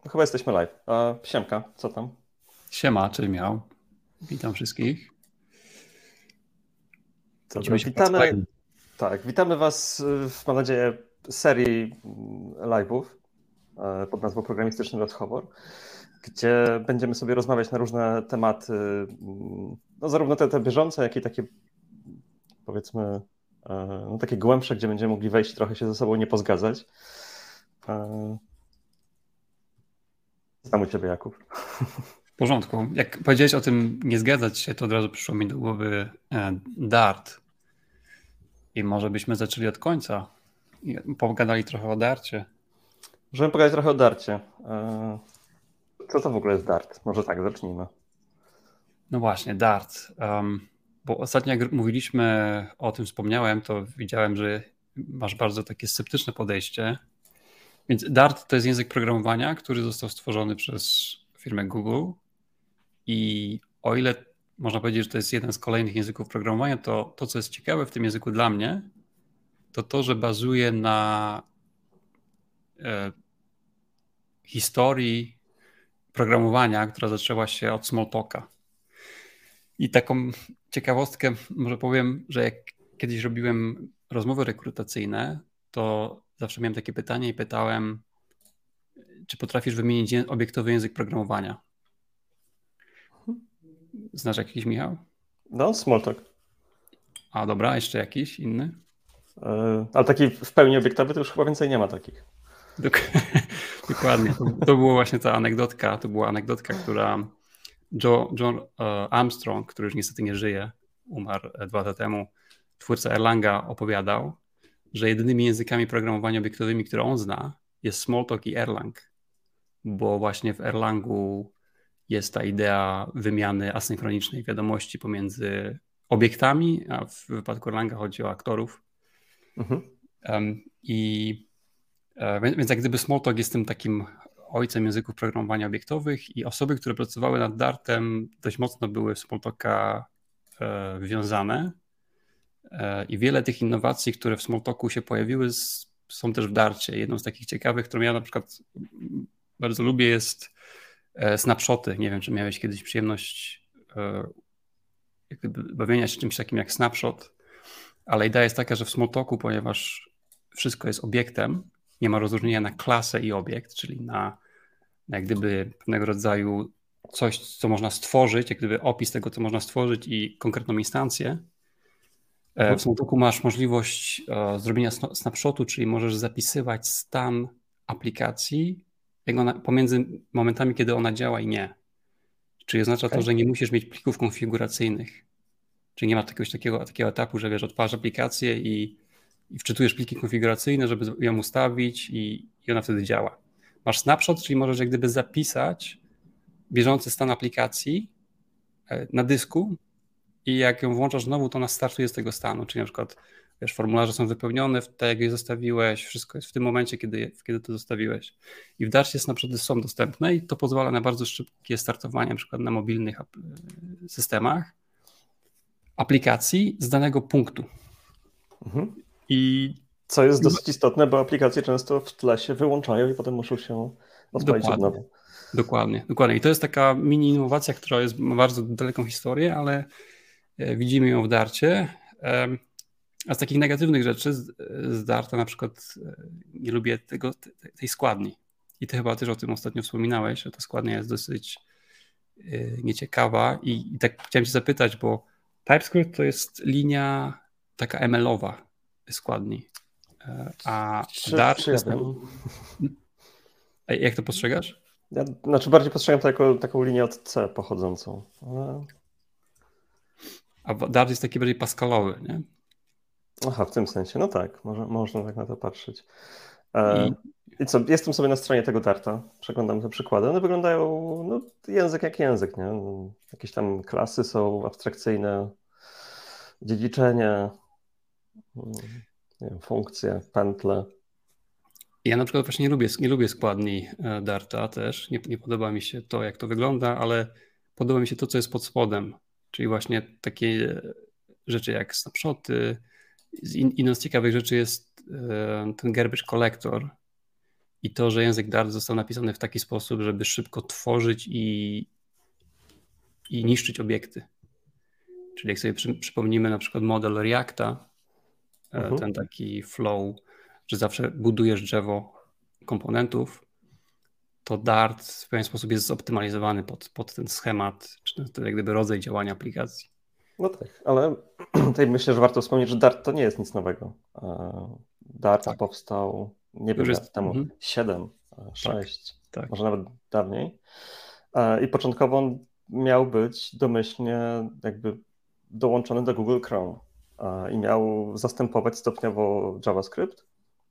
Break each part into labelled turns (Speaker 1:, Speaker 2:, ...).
Speaker 1: Chyba jesteśmy live. Siemka, co tam?
Speaker 2: Siema, cześć Michał. Witam wszystkich.
Speaker 1: Dobra, witamy. Tak, witamy Was mam nadzieję, serii live'ów pod nazwą Programistyczny Rozchowor, gdzie będziemy sobie rozmawiać na różne tematy, no zarówno te bieżące, jak i takie, powiedzmy, no takie głębsze, gdzie będziemy mogli wejść i trochę się ze sobą nie pozgadzać. Znam u Ciebie, Jakub.
Speaker 2: W porządku. Jak powiedziałeś o tym nie zgadzać się, to od razu przyszło mi do głowy Dart. I może byśmy zaczęli od końca i pogadali trochę o Darcie.
Speaker 1: Możemy pogadać trochę o Darcie. Co to w ogóle jest Dart? Może tak, zacznijmy.
Speaker 2: No właśnie, Dart. Bo ostatnio jak mówiliśmy o tym, wspomniałem, to widziałem, że masz bardzo takie sceptyczne podejście. Więc Dart to jest język programowania, który został stworzony przez firmę Google i o ile można powiedzieć, że to jest jeden z kolejnych języków programowania, to co jest ciekawe w tym języku dla mnie, to, że bazuje na historii programowania, która zaczęła się od Smalltalka. I taką ciekawostkę może powiem, że jak kiedyś robiłem rozmowy rekrutacyjne, to zawsze miałem takie pytanie i pytałem, czy potrafisz wymienić obiektowy język programowania? Znasz jakiś, Michał?
Speaker 1: No, Smalltalk.
Speaker 2: A dobra, jeszcze jakiś inny?
Speaker 1: Ale taki w pełni obiektowy to już chyba więcej nie ma takich.
Speaker 2: Dokładnie. To była właśnie ta anegdotka. To była anegdotka, która John Armstrong, który już niestety nie żyje, umarł 2 lata temu, twórca Erlanga, opowiadał, że jedynymi językami programowania obiektowymi, które on zna, jest Smalltalk i Erlang, bo właśnie w Erlangu jest ta idea wymiany asynchronicznej wiadomości pomiędzy obiektami, a w wypadku Erlanga chodzi o aktorów.
Speaker 1: Mhm.
Speaker 2: Więc jak gdyby Smalltalk jest tym takim ojcem języków programowania obiektowych i osoby, które pracowały nad Dartem, dość mocno były w Smalltalka wiązane i wiele tych innowacji, które w Smalltalku się pojawiły, są też w Darcie. Jedną z takich ciekawych, którą ja na przykład bardzo lubię, jest snapshoty. Nie wiem, czy miałeś kiedyś przyjemność bawienia się czymś takim jak snapshot, ale idea jest taka, że w Smalltalku, ponieważ wszystko jest obiektem, nie ma rozróżnienia na klasę i obiekt, czyli na jak gdyby pewnego rodzaju coś, co można stworzyć, jak gdyby opis tego, co można stworzyć i konkretną instancję. W Smalltalku masz możliwość zrobienia snapshotu, czyli możesz zapisywać stan aplikacji pomiędzy momentami, kiedy ona działa i nie. Czyli oznacza to, że nie musisz mieć plików konfiguracyjnych. Czyli nie ma takiego etapu, że wiesz, odpalasz aplikację i wczytujesz pliki konfiguracyjne, żeby ją ustawić i ona wtedy działa. Masz snapshot, czyli możesz jak gdyby zapisać bieżący stan aplikacji na dysku i jak ją włączasz znowu, to ona startuje z tego stanu, czyli na przykład wiesz, formularze są wypełnione tak jak je zostawiłeś, wszystko jest w tym momencie, kiedy to zostawiłeś. I w Darcie snapshoty są dostępne i to pozwala na bardzo szybkie startowanie, na przykład na mobilnych systemach aplikacji z danego punktu. I
Speaker 1: co jest dosyć istotne, bo aplikacje często w tle się wyłączają i potem muszą się odpalić od nowa.
Speaker 2: Dokładnie. I to jest taka mini innowacja, która ma bardzo daleką historię, ale widzimy ją w Darcie. A z takich negatywnych rzeczy z Darta na przykład nie lubię tej składni. I ty chyba też o tym ostatnio wspominałeś, że ta składnia jest dosyć nieciekawa. I tak chciałem cię zapytać, bo TypeScript to jest linia taka ML-owa składni. A Dart jest... Jak to postrzegasz?
Speaker 1: Ja bardziej postrzegam to jako taką linię od C pochodzącą.
Speaker 2: A Dart jest taki bardziej pascalowy, nie?
Speaker 1: Aha, w tym sensie. No tak, można tak na to patrzeć. I co, jestem sobie na stronie tego Darta, przeglądam te przykłady. One wyglądają język jak język, nie? Jakieś tam klasy są abstrakcyjne, dziedziczenie, nie wiem, funkcje, pętle.
Speaker 2: Ja na przykład właśnie nie lubię składni Darta też. Nie podoba mi się to, jak to wygląda, ale podoba mi się to, co jest pod spodem. Czyli właśnie takie rzeczy jak snapshoty. Inną z ciekawych rzeczy jest ten garbage collector. i to, że język Dart został napisany w taki sposób, żeby szybko tworzyć i niszczyć obiekty. Czyli jak sobie przypomnimy na przykład model Reacta, ten taki flow, że zawsze budujesz drzewo komponentów, to Dart w pewien sposób jest zoptymalizowany pod ten schemat, czy ten jak gdyby rodzaj działania aplikacji.
Speaker 1: No tak, ale tutaj myślę, że warto wspomnieć, że Dart to nie jest nic nowego. Dart powstał, nie wiem, lat temu, 7, 6, może nawet dawniej. I początkowo on miał być domyślnie jakby dołączony do Google Chrome i miał zastępować stopniowo JavaScript.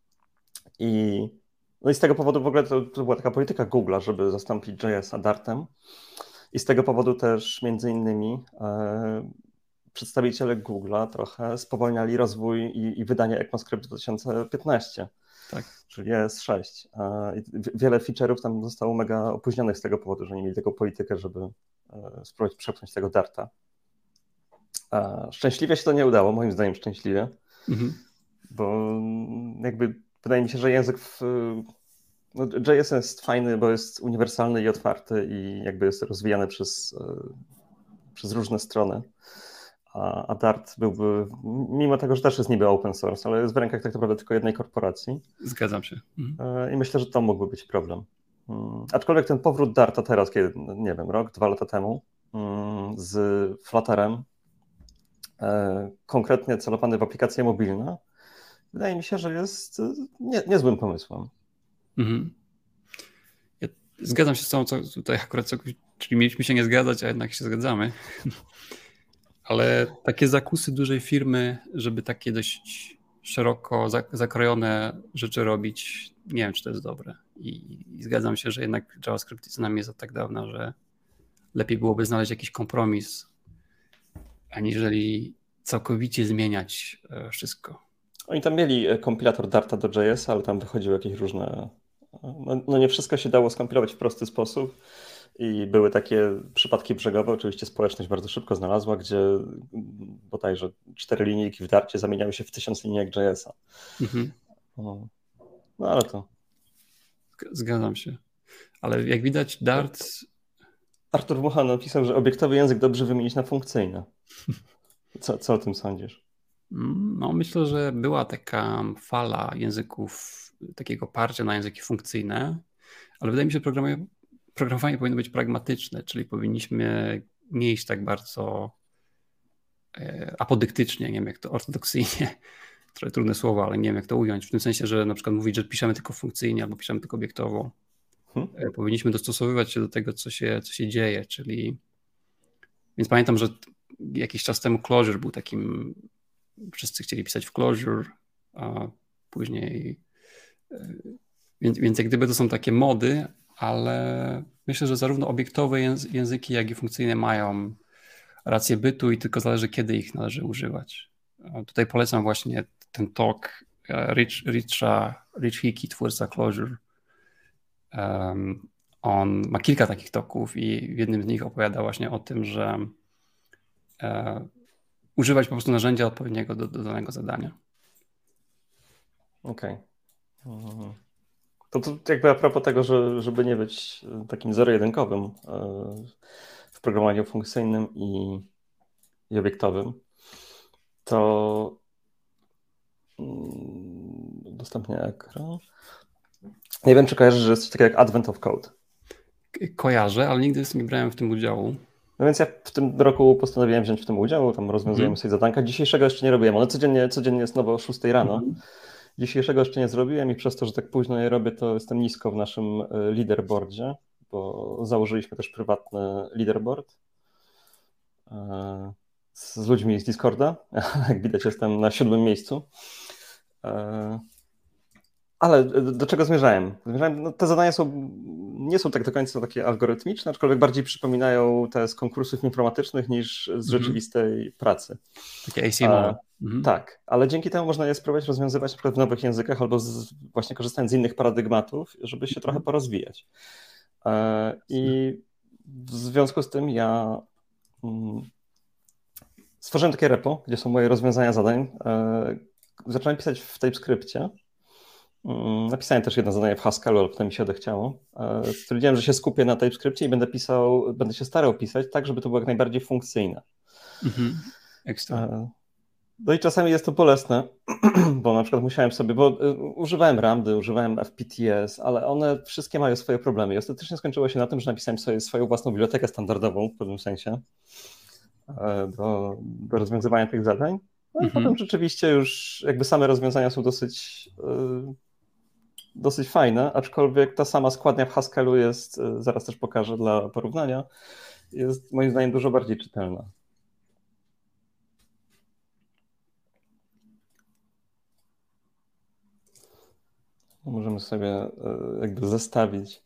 Speaker 1: No i z tego powodu w ogóle to była taka polityka Google'a, żeby zastąpić JS-a Dartem. I z tego powodu też między innymi przedstawiciele Google'a trochę spowolniali rozwój i wydanie ECMAScript w 2015, czyli ES6. Wiele feature'ów tam zostało mega opóźnionych z tego powodu, że nie mieli taką politykę, żeby spróbować przepchnąć tego Darta. Szczęśliwie się to nie udało, moim zdaniem szczęśliwie, bo jakby wydaje mi się, że język JS jest fajny, bo jest uniwersalny i otwarty i jakby jest rozwijany przez różne strony. A Dart byłby, mimo tego, że też jest niby open source, ale jest w rękach tak naprawdę tylko jednej korporacji.
Speaker 2: Zgadzam się.
Speaker 1: I myślę, że to mógłby być problem. Aczkolwiek ten powrót Darta teraz, kiedy, nie wiem, rok, 2 lata temu, z Flutterem, konkretnie celowany w aplikacje mobilne, wydaje mi się, że jest niezłym pomysłem.
Speaker 2: Ja zgadzam się z tą, co tutaj akurat, czyli mieliśmy się nie zgadzać, a jednak się zgadzamy. Ale takie zakusy dużej firmy, żeby takie dość szeroko zakrojone rzeczy robić, nie wiem, czy to jest dobre. I zgadzam się, że jednak JavaScript z nami jest od tak dawna, że lepiej byłoby znaleźć jakiś kompromis, aniżeli całkowicie zmieniać wszystko.
Speaker 1: Oni tam mieli kompilator Darta do JS, ale tam wychodziły jakieś różne... No nie wszystko się dało skompilować w prosty sposób i były takie przypadki brzegowe. Oczywiście społeczność bardzo szybko znalazła, gdzie bodajże 4 linijki w Darcie zamieniały się w 1000 linijek JS-a. No ale to...
Speaker 2: Zgadzam się. Ale jak widać Dart...
Speaker 1: Artur Mucha napisał, że obiektowy język dobrze wymienić na funkcyjny. Co o tym sądzisz?
Speaker 2: No, myślę, że była taka fala języków, takiego parcia na języki funkcyjne, ale wydaje mi się, że programowanie powinno być pragmatyczne, czyli powinniśmy nie iść tak bardzo apodyktycznie, nie wiem jak to ortodoksyjnie, trochę trudne słowo, ale nie wiem jak to ująć, w tym sensie, że na przykład mówić, że piszemy tylko funkcyjnie albo piszemy tylko obiektowo. Powinniśmy dostosowywać się do tego, co się dzieje, czyli... Więc pamiętam, że jakiś czas temu Clojure był takim... Wszyscy chcieli pisać w Clojure, a później... Więc jak gdyby to są takie mody, ale myślę, że zarówno obiektowe języki, jak i funkcyjne mają rację bytu i tylko zależy, kiedy ich należy używać. Tutaj polecam właśnie ten talk Rich Hickey, twórca Clojure. On ma kilka takich talków i w jednym z nich opowiada właśnie o tym, że używać po prostu narzędzia odpowiedniego do danego zadania.
Speaker 1: Okej. To jakby a propos tego, żeby nie być takim zero-jedynkowym w programowaniu funkcyjnym i obiektowym, to udostępnię ekran. Nie wiem, czy kojarzysz, że jest coś takiego jak Advent of Code.
Speaker 2: Kojarzę, ale nigdy nie brałem w tym udziału.
Speaker 1: No więc ja w tym roku postanowiłem wziąć w tym udział, tam rozwiązujemy sobie zadanka. Dzisiejszego jeszcze nie robiłem, ale codziennie jest nowo o 6 rano. Dzisiejszego jeszcze nie zrobiłem i przez to, że tak późno je robię, to jestem nisko w naszym leaderboardzie, bo założyliśmy też prywatny leaderboard z ludźmi z Discorda. Jak widać, jestem na 7. miejscu. Ale do czego zmierzałem? No, te zadania nie są tak do końca takie algorytmiczne, aczkolwiek bardziej przypominają te z konkursów informatycznych niż z rzeczywistej pracy.
Speaker 2: Takie ACML.
Speaker 1: Tak, ale dzięki temu można je spróbować rozwiązywać na przykład w nowych językach albo właśnie korzystając z innych paradygmatów, żeby się trochę porozwijać. I w związku z tym ja stworzyłem takie repo, gdzie są moje rozwiązania zadań. Zacząłem pisać w TypeScriptie. Napisałem też jedno zadanie w Haskellu, ale potem mi się odechciało. Stwierdziłem, że się skupię na TypeScriptie i będę się starał pisać tak, żeby to było jak najbardziej funkcyjne.
Speaker 2: Ekstra.
Speaker 1: No i czasami jest to bolesne, bo na przykład musiałem sobie, bo używałem Ramdy, używałem FPTS, ale one wszystkie mają swoje problemy. I ostatecznie skończyło się na tym, że napisałem sobie swoją własną bibliotekę standardową w pewnym sensie do rozwiązywania tych zadań. No i potem rzeczywiście już jakby same rozwiązania są dosyć fajne, aczkolwiek ta sama składnia w Haskellu jest, zaraz też pokażę dla porównania, jest moim zdaniem dużo bardziej czytelna. Możemy sobie jakby zestawić.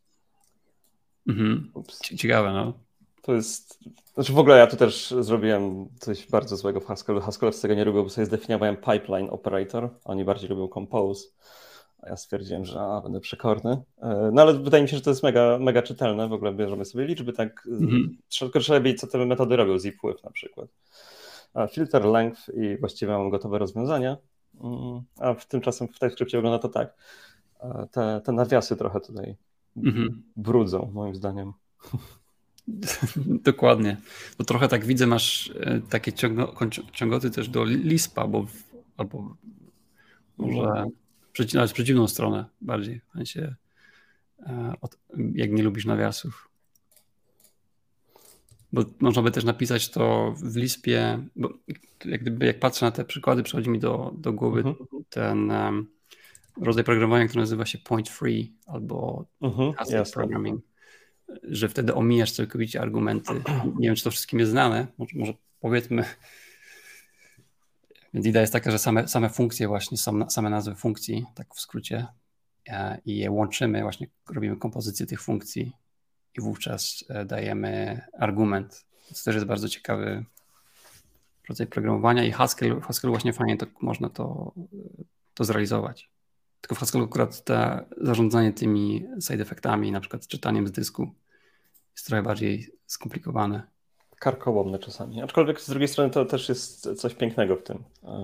Speaker 2: Ciekawe, no.
Speaker 1: To jest, znaczy w ogóle ja tu też zrobiłem coś bardzo złego w Haskellu. Haskellowcy tego nie lubią, bo sobie zdefiniowałem pipeline operator. Oni bardziej lubią compose. A ja stwierdziłem, że będę przekorny. No ale wydaje mi się, że to jest mega, mega czytelne. W ogóle bierzemy sobie liczby, tak. Tylko trzeba wiedzieć, co te metody robią, zipwith na przykład. Filter length i właściwie mam gotowe rozwiązania. A tymczasem w TypeScriptie wygląda to tak. Te nawiasy trochę tutaj brudzą, moim zdaniem.
Speaker 2: Dokładnie. To trochę tak widzę, masz takie ciągoty też do Lispa, albo może nawet w przeciwną stronę bardziej. W sensie, jak nie lubisz nawiasów. Bo można by też napisać to w Lispie, bo jak patrzę na te przykłady, przychodzi mi do głowy ten rodzaj programowania, który nazywa się point free albo async programming, że wtedy omijasz całkowicie argumenty. Nie wiem, czy to wszystkim jest znane, może powiedzmy. Więc idea jest taka, że same funkcje właśnie, same nazwy funkcji, tak w skrócie, i je łączymy, właśnie robimy kompozycję tych funkcji i wówczas dajemy argument. To też jest bardzo ciekawy rodzaj programowania i w Haskellu właśnie fajnie można to zrealizować. Tylko w Haskellu akurat zarządzanie tymi side effectami, na przykład czytaniem z dysku, jest trochę bardziej skomplikowane.
Speaker 1: Karkołomne czasami. Aczkolwiek z drugiej strony to też jest coś pięknego w tym.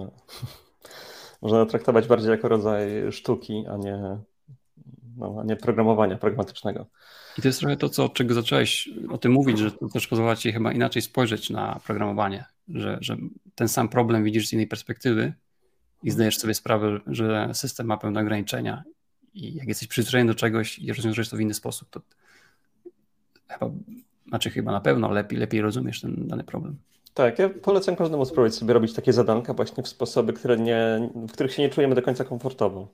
Speaker 1: Można traktować bardziej jako rodzaj sztuki, a nie programowania pragmatycznego.
Speaker 2: I to jest trochę to, od czego zacząłeś o tym mówić, że to też pozwala ci chyba inaczej spojrzeć na programowanie, że ten sam problem widzisz z innej perspektywy i zdajesz sobie sprawę, że system ma pewne ograniczenia i jak jesteś przyzwyczajony do czegoś i rozwiązujesz to w inny sposób, to chyba na pewno lepiej rozumiesz ten dany problem.
Speaker 1: Tak, ja polecam każdemu spróbować sobie robić takie zadanka właśnie w sposoby, w których się nie czujemy do końca komfortowo.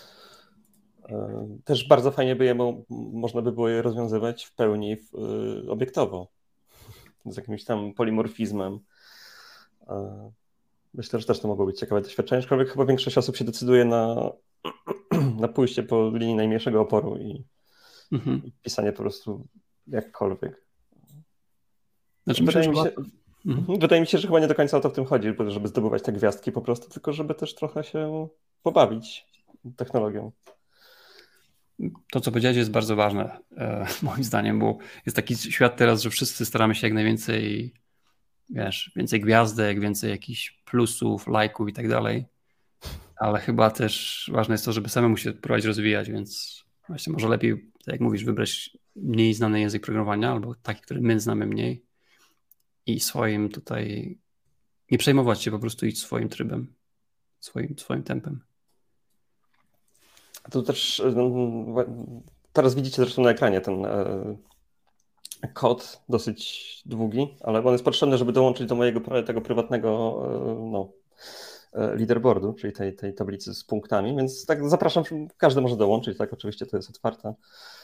Speaker 1: Też bardzo fajnie można by było je rozwiązywać w pełni obiektowo, z jakimś tam polimorfizmem. Myślę, że też to mogło być ciekawe doświadczenie, aczkolwiek chyba większość osób się decyduje na pójście po linii najmniejszego oporu i pisanie po prostu jakkolwiek.
Speaker 2: Znaczy,
Speaker 1: wydaje mi się, że chyba nie do końca o to w tym chodzi, żeby zdobywać te gwiazdki po prostu, tylko żeby też trochę się pobawić technologią.
Speaker 2: To, co powiedziałeś, jest bardzo ważne, moim zdaniem, bo jest taki świat teraz, że wszyscy staramy się jak najwięcej, więcej gwiazdek, więcej jakichś plusów, lajków i tak dalej, ale chyba też ważne jest to, żeby samemu się próbować rozwijać, więc właśnie może lepiej, tak jak mówisz, wybrać mniej znany język programowania albo taki, który my znamy mniej i swoim tutaj nie przejmować się, po prostu iść swoim trybem, swoim tempem.
Speaker 1: To też teraz widzicie zresztą na ekranie ten kod dosyć długi, ale on jest potrzebny, żeby dołączyć do mojego tego prywatnego leaderboardu, czyli tej tablicy z punktami, więc tak zapraszam, każdy może dołączyć, tak, oczywiście to jest otwarte.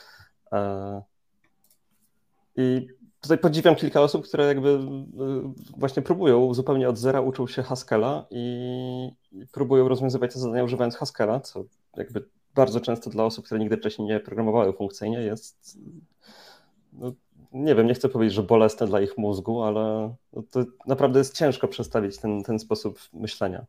Speaker 1: I tutaj podziwiam kilka osób, które jakby właśnie próbują zupełnie od zera, uczą się Haskella i próbują rozwiązywać te zadania używając Haskella, co jakby bardzo często dla osób, które nigdy wcześniej nie programowały funkcyjnie jest, nie wiem, nie chcę powiedzieć, że bolesne dla ich mózgu, ale to naprawdę jest ciężko przestawić ten sposób myślenia.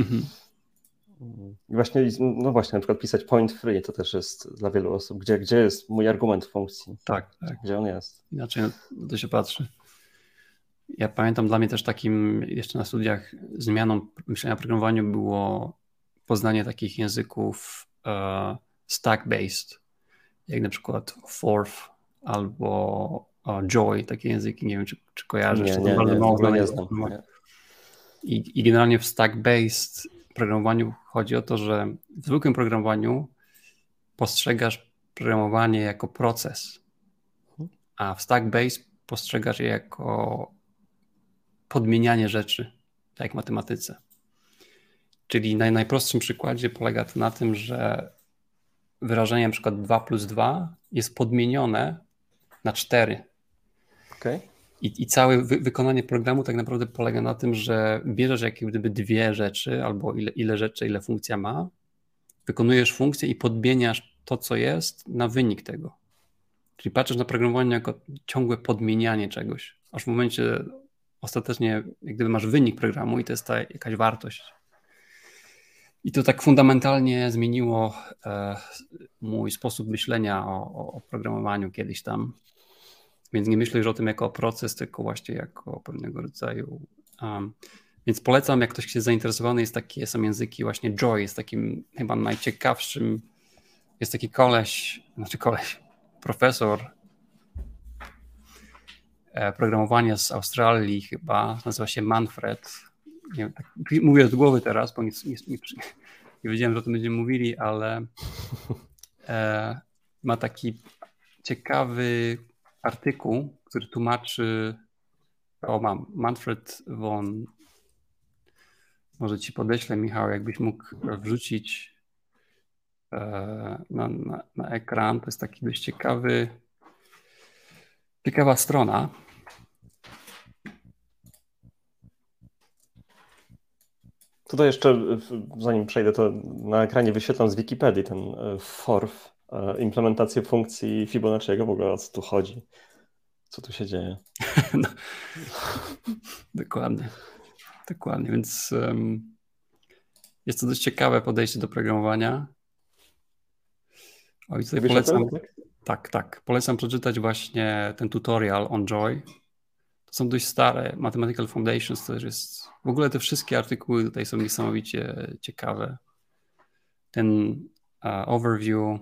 Speaker 1: I właśnie, na przykład pisać point free to też jest dla wielu osób, gdzie jest mój argument funkcji.
Speaker 2: Tak.
Speaker 1: Gdzie on jest.
Speaker 2: Inaczej to się patrzy. Ja pamiętam, dla mnie też takim jeszcze na studiach zmianą myślenia o programowaniu było poznanie takich języków stack-based, jak na przykład Forth albo Joy, takie języki, nie wiem, czy kojarzysz.
Speaker 1: Nie, w ogóle nie znam.
Speaker 2: I generalnie w stack-based programowaniu chodzi o to, że w zwykłym programowaniu postrzegasz programowanie jako proces, a w stack-based postrzegasz je jako podmienianie rzeczy, tak jak w matematyce. Czyli na najprostszym przykładzie polega to na tym, że wyrażenie na przykład 2 plus 2 jest podmienione na 4.
Speaker 1: Okay.
Speaker 2: I całe wykonanie programu tak naprawdę polega na tym, że bierzesz jak gdyby dwie rzeczy albo ile rzeczy, ile funkcja ma, wykonujesz funkcję i podmieniasz to, co jest, na wynik tego. Czyli patrzysz na programowanie jako ciągłe podmienianie czegoś, aż w momencie ostatecznie jak gdyby masz wynik programu i to jest ta jakaś wartość. I to tak fundamentalnie zmieniło mój sposób myślenia o programowaniu kiedyś tam. Więc nie myślę już o tym jako o proces, tylko właśnie jako pewnego rodzaju. Więc polecam, jak ktoś jest zainteresowany, są języki właśnie Joy, jest takim chyba najciekawszym. Jest taki profesor programowania z Australii chyba, nazywa się Manfred. Nie wiem, tak, mówię z głowy teraz, bo nie wiedziałem, że o tym będziemy mówili, ale ma taki ciekawy artykuł, który tłumaczy, Manfred von, może ci podeślę, Michał, jakbyś mógł wrzucić na ekran. To jest taki dość ciekawa strona.
Speaker 1: Tutaj jeszcze, zanim przejdę, to na ekranie wyświetlam z Wikipedii ten Forth, implementację funkcji Fibonacciego. W ogóle o co tu chodzi? Co tu się dzieje?
Speaker 2: No, dokładnie, więc jest to dość ciekawe podejście do programowania. I tutaj polecam, tak, polecam przeczytać właśnie ten tutorial on Joy. To są dość stare, Mathematical Foundations, to też jest, w ogóle te wszystkie artykuły tutaj są niesamowicie ciekawe. Ten overview,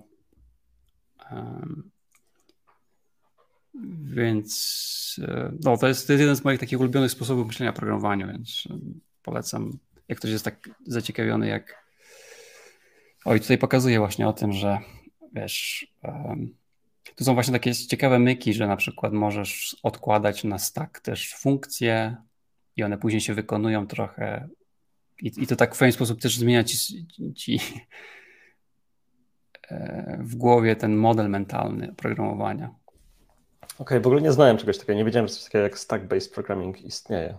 Speaker 2: więc to jest jeden z moich takich ulubionych sposobów myślenia o programowaniu, więc polecam, jak ktoś jest tak zaciekawiony, jak tutaj pokazuję właśnie o tym, że wiesz, tu są właśnie takie ciekawe myki, że na przykład możesz odkładać na stack też funkcje i one później się wykonują trochę i to tak w pewien sposób też zmienia ci w głowie ten model mentalny oprogramowania.
Speaker 1: Okej, w ogóle nie znałem czegoś takiego, nie wiedziałem, że coś takiego jak stack-based programming istnieje.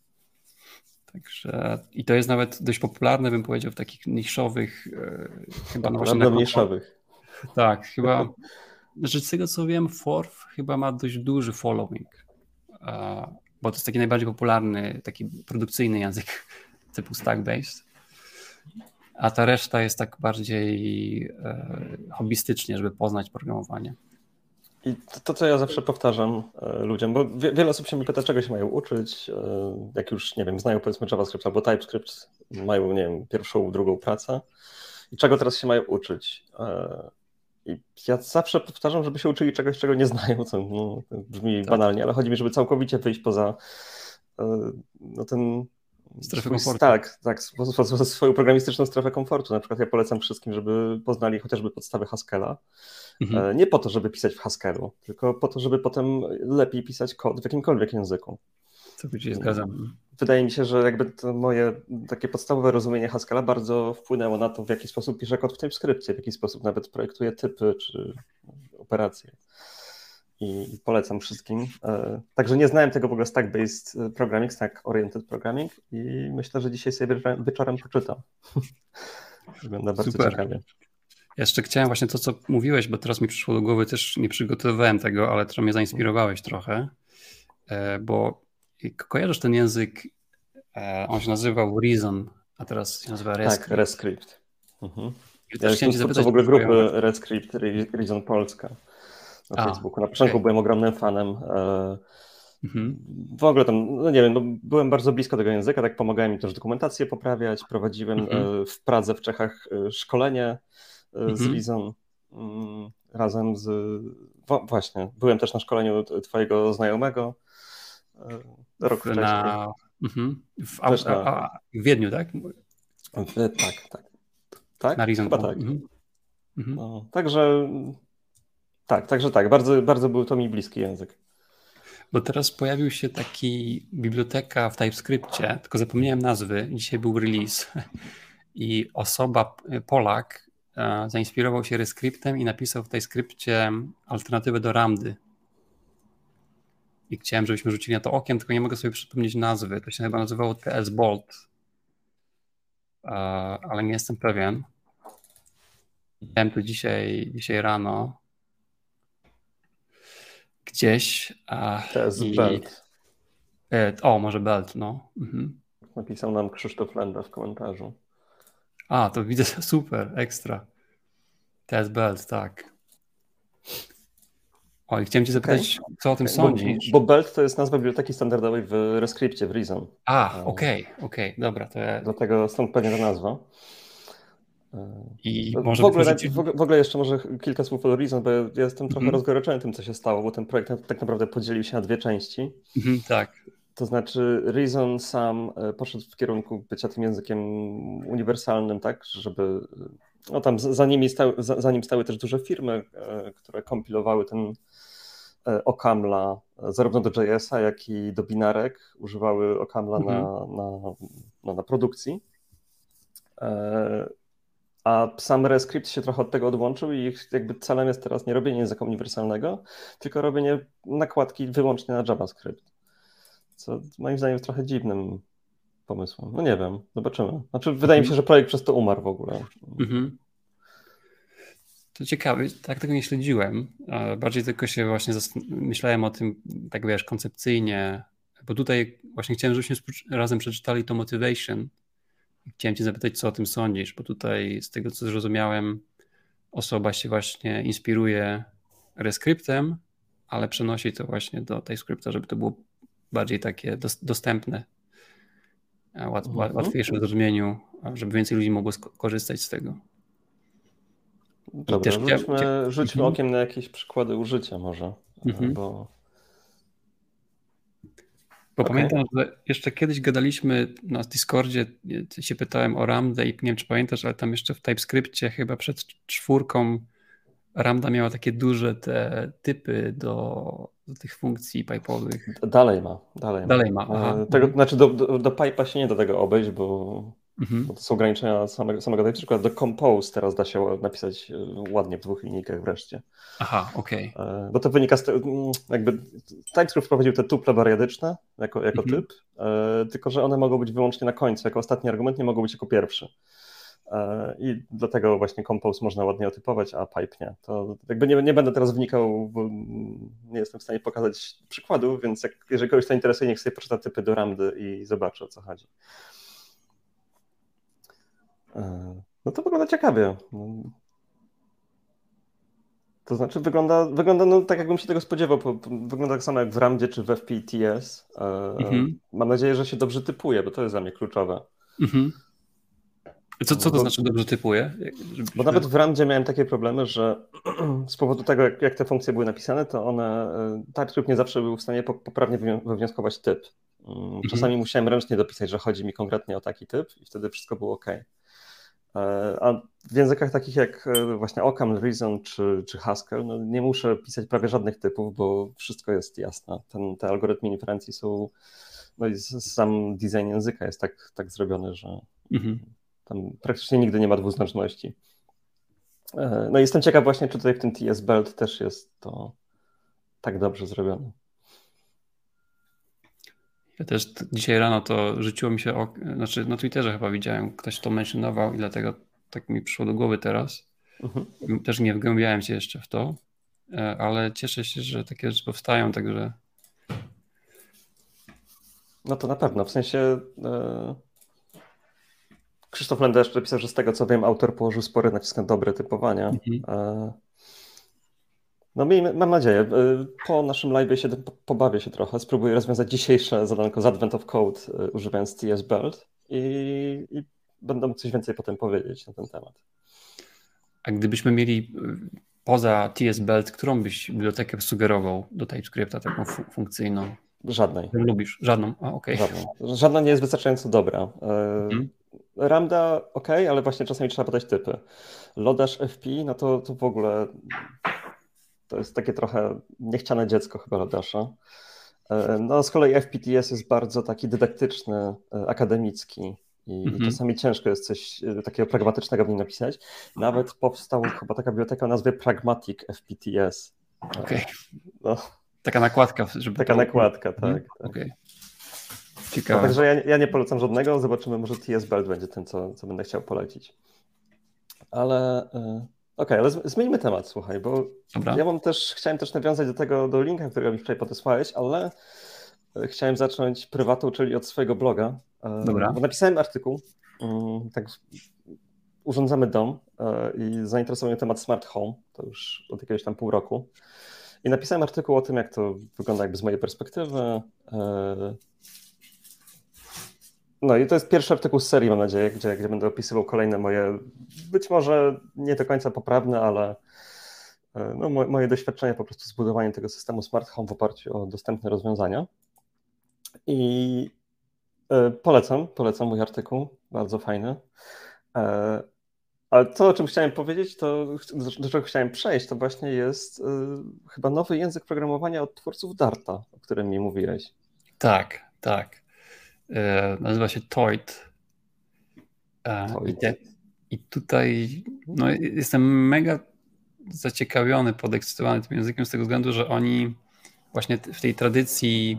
Speaker 2: Także i to jest nawet dość popularne, bym powiedział, w takich niszowych, chyba
Speaker 1: na niszowych.
Speaker 2: Tak, chyba. Znaczy, z tego co wiem, Forth chyba ma dość duży following, bo to jest taki najbardziej popularny, taki produkcyjny język typu stack-based, a ta reszta jest tak bardziej hobbystycznie, żeby poznać programowanie.
Speaker 1: I to, co ja zawsze powtarzam ludziom, bo wiele osób się mnie pyta, czego się mają uczyć, jak już, nie wiem, znają powiedzmy JavaScript albo TypeScript, mają, nie wiem, pierwszą, drugą pracę i czego teraz się mają uczyć. I ja zawsze powtarzam, żeby się uczyli czegoś, czego nie znają, co brzmi banalnie, ale chodzi mi, żeby całkowicie wyjść poza ten
Speaker 2: strefę komfortu.
Speaker 1: Tak, swoją programistyczną strefę komfortu. Na przykład ja polecam wszystkim, żeby poznali chociażby podstawy Haskella. Nie po to, żeby pisać w Haskellu, tylko po to, żeby potem lepiej pisać kod w jakimkolwiek języku.
Speaker 2: Co się zgadzam.
Speaker 1: Wydaje mi się, że jakby to moje takie podstawowe rozumienie Haskella bardzo wpłynęło na to, w jaki sposób piszę kod w TypeScriptie, w jaki sposób nawet projektuję typy czy operacje. I polecam wszystkim. Także nie znałem tego w ogóle stack-based programming, stack-oriented programming i myślę, że dzisiaj sobie wieczorem poczytam. Wygląda bardzo ciekawie.
Speaker 2: Jeszcze chciałem właśnie to, co mówiłeś, bo teraz mi przyszło do głowy, też nie przygotowywałem tego, ale też mnie zainspirowałeś trochę, bo kojarzysz ten język, on się nazywał Reason, a teraz się nazywa RESCrypt.
Speaker 1: Tak, RESCrypt.
Speaker 2: Ja
Speaker 1: jestem twórcą w ogóle grupy RESCrypt, Reason Polska na Facebooku. Na początku byłem ogromnym fanem. W ogóle tam, no nie wiem, byłem bardzo blisko tego języka, tak pomagałem mi też dokumentację poprawiać, prowadziłem w Pradze, w Czechach szkolenie z Reason razem z... Właśnie, byłem też na szkoleniu twojego znajomego rok wcześniej.
Speaker 2: W Wiedniu, tak?
Speaker 1: Tak?
Speaker 2: Na Reason.
Speaker 1: Chyba tak. No, także tak. Bardzo, bardzo był to mi bliski język.
Speaker 2: Bo teraz pojawił się taki biblioteka w TypeScriptie, tylko zapomniałem nazwy, dzisiaj był release i Polak zainspirował się Rescriptem i napisał w TypeScriptie alternatywę do Ramdy. I chciałem, żebyśmy rzucili na to okiem, tylko nie mogę sobie przypomnieć nazwy. To się chyba nazywało TS Bolt, ale nie jestem pewien. Widziałem to dzisiaj rano gdzieś.
Speaker 1: TS Belt.
Speaker 2: Może Belt, no.
Speaker 1: Napisał nam Krzysztof Lenda w komentarzu.
Speaker 2: To widzę, super, ekstra. TS Belt, tak. I chciałem cię zapytać, co o tym sądzisz?
Speaker 1: Bo Belt to jest nazwa biblioteki standardowej w Rescriptie, w Reason.
Speaker 2: Okej, dobra. To
Speaker 1: Dlatego stąd pewnie ta nazwa.
Speaker 2: I może
Speaker 1: w ogóle jeszcze może kilka słów o Reason, bo ja jestem trochę rozgoryczony tym, co się stało, bo ten projekt tak naprawdę podzielił się na dwie części.
Speaker 2: Tak.
Speaker 1: To znaczy Reason sam poszedł w kierunku bycia tym językiem uniwersalnym, tak, żeby... No tam za nim stały też duże firmy, które kompilowały ten OCaml zarówno do JS-a, jak i do binarek. Używały OCaml na produkcji. A sam Rescript się trochę od tego odłączył i ich jakby celem jest teraz nie robienie języka uniwersalnego, tylko robienie nakładki wyłącznie na JavaScript. Co moim zdaniem jest trochę dziwnym pomysłem. No nie wiem, zobaczymy. Znaczy wydaje mi się, że projekt przez to umarł w ogóle.
Speaker 2: To ciekawe, tak tego nie śledziłem. Bardziej tylko się właśnie myślałem o tym, tak wiesz, koncepcyjnie, bo tutaj właśnie chciałem, żebyśmy razem przeczytali to Motivation. Chciałem cię zapytać, co o tym sądzisz, bo tutaj z tego, co zrozumiałem, osoba się właśnie inspiruje Rescriptem, ale przenosi to właśnie do TypeScripta, żeby to było bardziej takie dostępne, łatwiejsze w zrozumieniu, żeby więcej ludzi mogło korzystać z tego.
Speaker 1: Dobra, rzućmy okiem na jakieś przykłady użycia może,
Speaker 2: Bo pamiętam, że jeszcze kiedyś gadaliśmy na Discordzie, się pytałem o Ramdę i nie wiem, czy pamiętasz, ale tam jeszcze w TypeScriptie chyba przed 4 Ramda miała takie duże te typy do tych funkcji pipe'owych.
Speaker 1: Dalej ma.
Speaker 2: Aha.
Speaker 1: Znaczy do pipe'a się nie da tego obejść, bo to są ograniczenia samego TypeScripta. Do Compose teraz da się napisać ładnie w 2 linijkach wreszcie.
Speaker 2: Aha, okej.
Speaker 1: Bo to wynika z tego, jakby TypeScript wprowadził te tuple wariadyczne jako typ, tylko że one mogą być wyłącznie na końcu, jako ostatni argument, nie mogą być jako pierwszy. I dlatego właśnie Compose można ładnie otypować, a pipe nie. To jakby nie będę teraz wnikał, bo nie jestem w stanie pokazać przykładów, więc jeżeli kogoś to interesuje, niech sobie poczyta typy do Ramdy i zobaczy, o co chodzi. No to wygląda ciekawie. To znaczy wygląda no, tak, jakbym się tego spodziewał. Wygląda tak samo jak w Ramdzie czy w FPTS. Mam nadzieję, że się dobrze typuje, bo to jest dla mnie kluczowe.
Speaker 2: Co to znaczy dobrze typuje?
Speaker 1: Bo nawet w Ramdzie miałem takie problemy, że z powodu tego, jak te funkcje były napisane, to one, TypeScript nie zawsze był w stanie poprawnie wywnioskować typ. Czasami musiałem ręcznie dopisać, że chodzi mi konkretnie o taki typ i wtedy wszystko było OK. A w językach takich jak właśnie OCaml, Reason czy Haskell, no nie muszę pisać prawie żadnych typów, bo wszystko jest jasne. Te algorytmy inferencji są, no i sam design języka jest tak zrobiony, że tam praktycznie nigdy nie ma dwuznaczności. No i jestem ciekaw właśnie, czy tutaj w tym TS Belt też jest to tak dobrze zrobione.
Speaker 2: Ja też dzisiaj rano to rzuciło mi się, znaczy na Twitterze chyba widziałem, ktoś to mentionował i dlatego tak mi przyszło do głowy teraz. Też nie wgłębiałem się jeszcze w to, ale cieszę się, że takie rzeczy powstają, także...
Speaker 1: No to na pewno, w sensie Krzysztof Lenda jeszcze napisał, że z tego co wiem, autor położył spory nacisk na dobre typowanie. No mam nadzieję, po naszym live się pobawię się trochę, spróbuję rozwiązać dzisiejsze zadanko z Advent of Code używając TS Belt i będę mógł coś więcej potem powiedzieć na ten temat.
Speaker 2: A gdybyśmy mieli poza TS-Belt, którą byś bibliotekę sugerował do TypeScripta taką funkcyjną?
Speaker 1: Żadnej.
Speaker 2: Lubisz? Żadną? Okej.
Speaker 1: Żadną. Żadna nie jest wystarczająco dobra. Ramda ale właśnie czasami trzeba podać typy. Lodash FP, no to w ogóle to jest takie trochę niechciane dziecko chyba Lodasha. No z kolei FPTS jest bardzo taki dydaktyczny, akademicki i czasami ciężko jest coś takiego pragmatycznego w nim napisać. Nawet powstała chyba taka biblioteka o nazwie Pragmatic FPTS.
Speaker 2: Okej. No. Taka nakładka.
Speaker 1: Taka nakładka, tak.
Speaker 2: Okej.
Speaker 1: No, także ja nie polecam żadnego. Zobaczymy, może TS-Belt będzie ten, co będę chciał polecić. Ale ale zmieńmy temat, słuchaj, bo
Speaker 2: Dobra.
Speaker 1: Ja chciałem też nawiązać do linka, którego mi wczoraj podesłałeś, ale chciałem zacząć prywatą, czyli od swojego bloga.
Speaker 2: Dobra.
Speaker 1: Bo napisałem artykuł, tak urządzamy dom i zainteresował mnie temat smart home, to już od jakiegoś tam pół roku. I napisałem artykuł o tym, jak to wygląda jakby z mojej perspektywy. No i to jest pierwszy artykuł z serii, mam nadzieję, gdzie będę opisywał kolejne moje, być może nie do końca poprawne, ale no, moje doświadczenia po prostu z budowaniem tego systemu smart home w oparciu o dostępne rozwiązania. I polecam mój artykuł, bardzo fajny. Ale to, o czym chciałem powiedzieć, do czego chciałem przejść, to właśnie jest chyba nowy język programowania od twórców Darta, o którym mi mówiłeś.
Speaker 2: Tak. Nazywa się Toit. I tutaj no, jestem mega zaciekawiony, podekscytowany tym językiem z tego względu, że oni właśnie w tej tradycji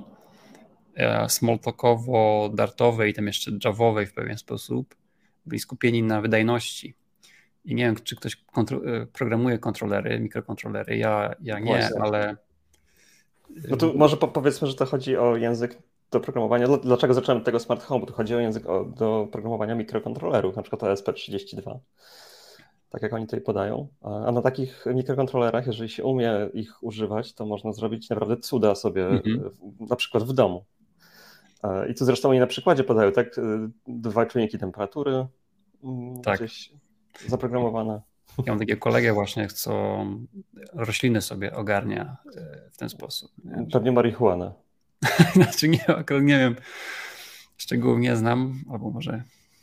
Speaker 2: smalltalkowo-dartowej, tam jeszcze javowej w pewien sposób byli skupieni na wydajności. I nie wiem, czy ktoś programuje kontrolery, mikrokontrolery. Ja nie, właśnie. Ale...
Speaker 1: No to może powiedzmy, że to chodzi o język do programowania. Dlaczego zacząłem od tego smart home? Bo tu chodzi o język do programowania mikrokontrolerów, na przykład ESP32. Tak jak oni tutaj podają. A na takich mikrokontrolerach, jeżeli się umie ich używać, to można zrobić naprawdę cuda sobie, na przykład w domu. I tu zresztą oni na przykładzie podają, tak? 2 czujniki temperatury gdzieś zaprogramowane.
Speaker 2: Ja mam takiego kolegę właśnie, co rośliny sobie ogarnia w ten sposób.
Speaker 1: Nie? Pewnie marihuanę.
Speaker 2: Znaczy akurat nie wiem, szczegółów nie znam, albo może...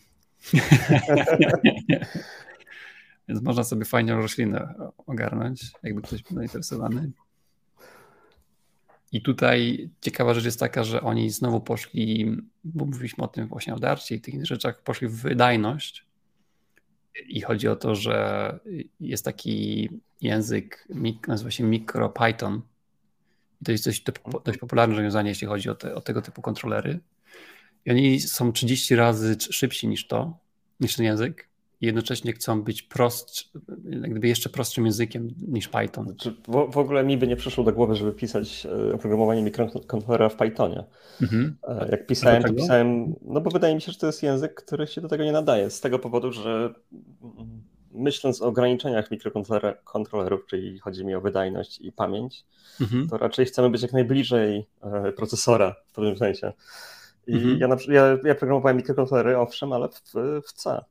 Speaker 2: Więc można sobie fajnie roślinę ogarnąć, jakby ktoś był zainteresowany. I tutaj ciekawa rzecz jest taka, że oni znowu poszli, bo mówiliśmy o tym właśnie o Darcie i tych innych rzeczach, poszli w wydajność. I chodzi o to, że jest taki język, nazywa się MicroPython. I to jest dość popularne rozwiązanie, jeśli chodzi o tego typu kontrolery. I oni są 30 razy szybsi niż ten język. I jednocześnie chcą być jakby jeszcze prostszym językiem niż Python.
Speaker 1: Znaczy, w ogóle mi by nie przyszło do głowy, żeby pisać oprogramowanie mikrokontrolera w Pythonie. Jak pisałem, to pisałem, no bo wydaje mi się, że to jest język, który się do tego nie nadaje. Z tego powodu, że myśląc o ograniczeniach mikrokontrolerów, czyli chodzi mi o wydajność i pamięć, to raczej chcemy być jak najbliżej procesora w pewnym sensie. I ja programowałem mikrokontrolery, owszem, ale w C.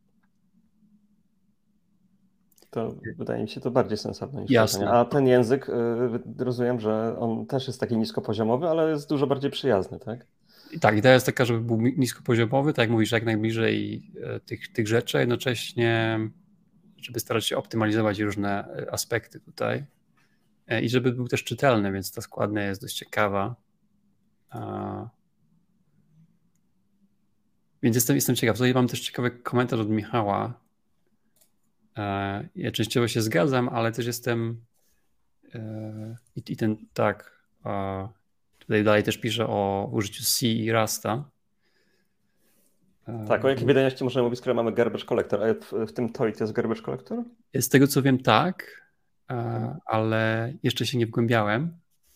Speaker 1: To wydaje mi się to bardziej sensowne niż
Speaker 2: Jasne.
Speaker 1: A ten język, rozumiem, że on też jest taki niskopoziomowy, ale jest dużo bardziej przyjazny, tak?
Speaker 2: Tak, idea jest taka, żeby był niskopoziomowy, tak jak mówisz, jak najbliżej tych rzeczy, a jednocześnie żeby starać się optymalizować różne aspekty tutaj i żeby był też czytelny, więc ta składnia jest dość ciekawa. Więc jestem ciekaw. Tutaj mam też ciekawy komentarz od Michała. Ja częściowo się zgadzam, ale też jestem tutaj dalej też piszę o użyciu C i Rasta.
Speaker 1: Tak, o jakiej wydajności możemy mówić, skoro mamy garbage collector, a w tym Toit jest garbage collector?
Speaker 2: Z tego co wiem tak, ale jeszcze się nie wgłębiałem.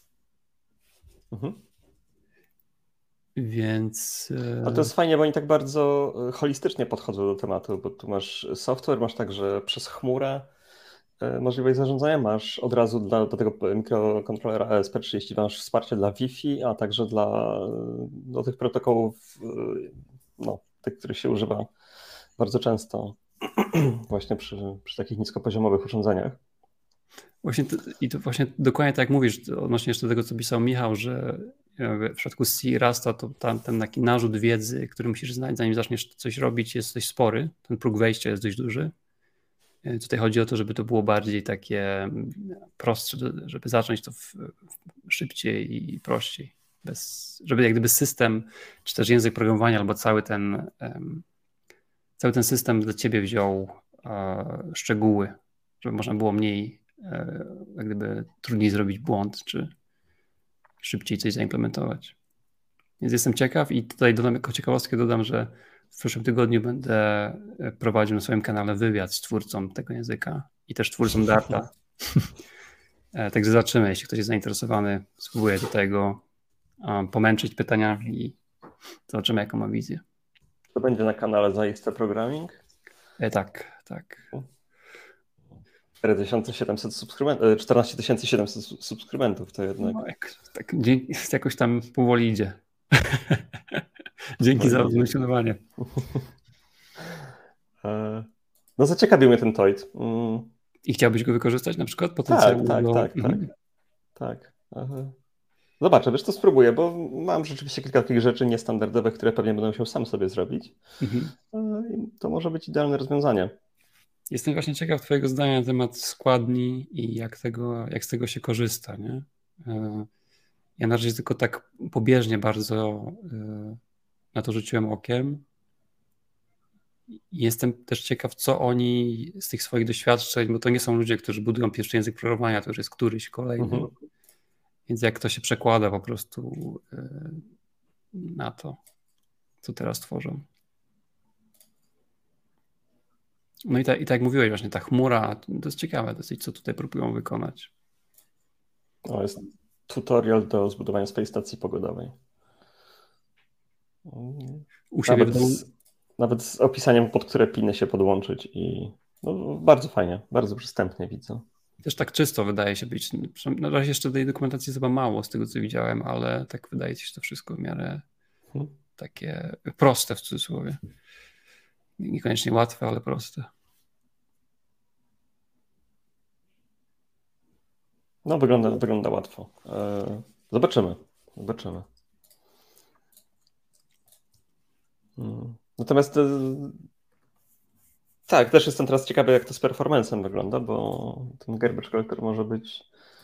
Speaker 2: Więc...
Speaker 1: Ale to jest fajnie, bo oni tak bardzo holistycznie podchodzą do tematu, bo tu masz software, masz także przez chmurę możliwość zarządzania, masz od razu do tego mikrokontrolera ESP32 masz wsparcie dla Wi-Fi, a także do tych protokołów, tych, których się używa bardzo często właśnie przy takich niskopoziomowych urządzeniach.
Speaker 2: To właśnie dokładnie tak jak mówisz, odnośnie jeszcze tego, co pisał Michał, że w przypadku C Rasta to ten taki narzut wiedzy, który musisz znać, zanim zaczniesz coś robić, jest dość spory. Ten próg wejścia jest dość duży. Tutaj chodzi o to, żeby to było bardziej takie prostsze, żeby zacząć to szybciej i prościej. Żeby jak gdyby system, czy też język programowania, albo cały ten system dla ciebie wziął szczegóły, żeby można było mniej, jak gdyby trudniej zrobić błąd, czy szybciej coś zaimplementować. Więc jestem ciekaw i tutaj dodam jako ciekawostkę, że w przyszłym tygodniu będę prowadził na swoim kanale wywiad z twórcą tego języka i też twórcą Darta. Także zobaczymy, jeśli ktoś jest zainteresowany, spróbuję do tego pomęczyć pytaniami i zobaczymy, jaką ma wizję.
Speaker 1: To będzie na kanale Zaiste Programming?
Speaker 2: Tak.
Speaker 1: 14 700 subskrybentów to jednak.
Speaker 2: No, jakoś tam powoli idzie. Dzięki za rozmyślanie.
Speaker 1: No zaciekawił mnie ten Toit.
Speaker 2: I chciałbyś go wykorzystać na przykład potencjalnie?
Speaker 1: Tak. Zobaczę, wiesz, to spróbuję, bo mam rzeczywiście kilka takich rzeczy niestandardowych, które pewnie będę musiał sam sobie zrobić. To może być idealne rozwiązanie.
Speaker 2: Jestem właśnie ciekaw twojego zdania na temat składni i jak z tego się korzysta, nie? Ja na razie tylko tak pobieżnie bardzo na to rzuciłem okiem. Jestem też ciekaw, co oni z tych swoich doświadczeń, bo to nie są ludzie, którzy budują pierwszy język programowania, to już jest któryś kolejny. Więc jak to się przekłada po prostu na to, co teraz tworzą. No i tak jak mówiłeś właśnie, ta chmura, to jest ciekawe dosyć, co tutaj próbują wykonać.
Speaker 1: To jest tutorial do zbudowania swojej stacji pogodowej. Nawet z opisaniem, pod które piny się podłączyć i bardzo fajnie, bardzo przystępnie widzę.
Speaker 2: Też tak czysto wydaje się być. Na razie jeszcze tej dokumentacji jest chyba mało z tego, co widziałem, ale tak wydaje się to wszystko w miarę takie proste w cudzysłowie. Niekoniecznie łatwe, ale proste.
Speaker 1: No wygląda łatwo. Zobaczymy. Natomiast tak, też jestem teraz ciekawy, jak to z performance'em wygląda, bo ten garbage collector może być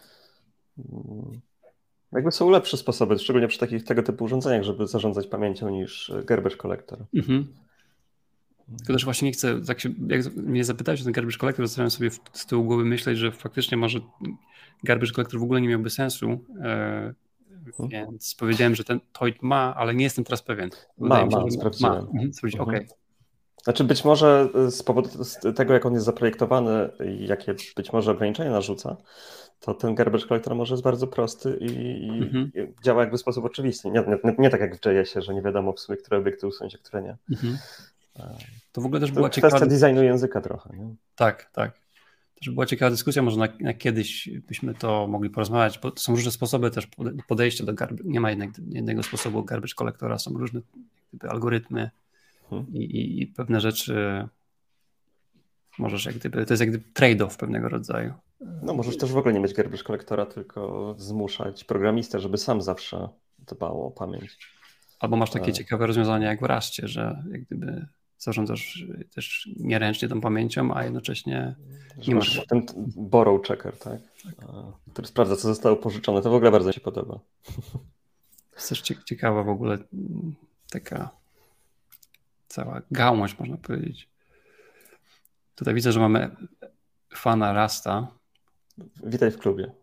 Speaker 1: jakby są lepsze sposoby, szczególnie przy tego typu urządzeniach, żeby zarządzać pamięcią niż garbage collector.
Speaker 2: Tylko też właśnie nie chcę, jak mnie zapytałeś o ten garbage collector, zacząłem sobie z tyłu głowy myśleć, że faktycznie może garbage collector w ogóle nie miałby sensu, więc powiedziałem, że ten Toit ma, ale nie jestem teraz pewien.
Speaker 1: Sprawdziłem.
Speaker 2: Okay.
Speaker 1: Znaczy być może z powodu tego, jak on jest zaprojektowany i jakie być może ograniczenia narzuca, to ten garbage collector może jest bardzo prosty i działa jakby w sposób oczywisty. Nie tak jak w JS-ie, że nie wiadomo w sumie, które obiekty usunąć, a które nie.
Speaker 2: To w ogóle też była ciekawa
Speaker 1: kwestia designu języka trochę. Nie?
Speaker 2: Tak. Też była ciekawa dyskusja, może na kiedyś byśmy to mogli porozmawiać, bo są różne sposoby też podejścia do garbage. Nie ma jednego sposobu garbage collectora, są różne algorytmy i pewne rzeczy możesz to jest jak gdyby trade-off pewnego rodzaju.
Speaker 1: No możesz też w ogóle nie mieć garbage collectora, tylko zmuszać programistę, żeby sam zawsze dbał o pamięć.
Speaker 2: Albo masz takie ciekawe rozwiązania jak w Rastie, że jak gdyby zarządzasz też nieręcznie tą pamięcią, a jednocześnie
Speaker 1: nie masz ten borrow checker, tak? Który sprawdza, co zostało pożyczone. To w ogóle bardzo mi się podoba.
Speaker 2: Jest też ciekawa w ogóle taka cała gałąź, można powiedzieć. Tutaj widzę, że mamy fana Rasta.
Speaker 1: Witaj w klubie.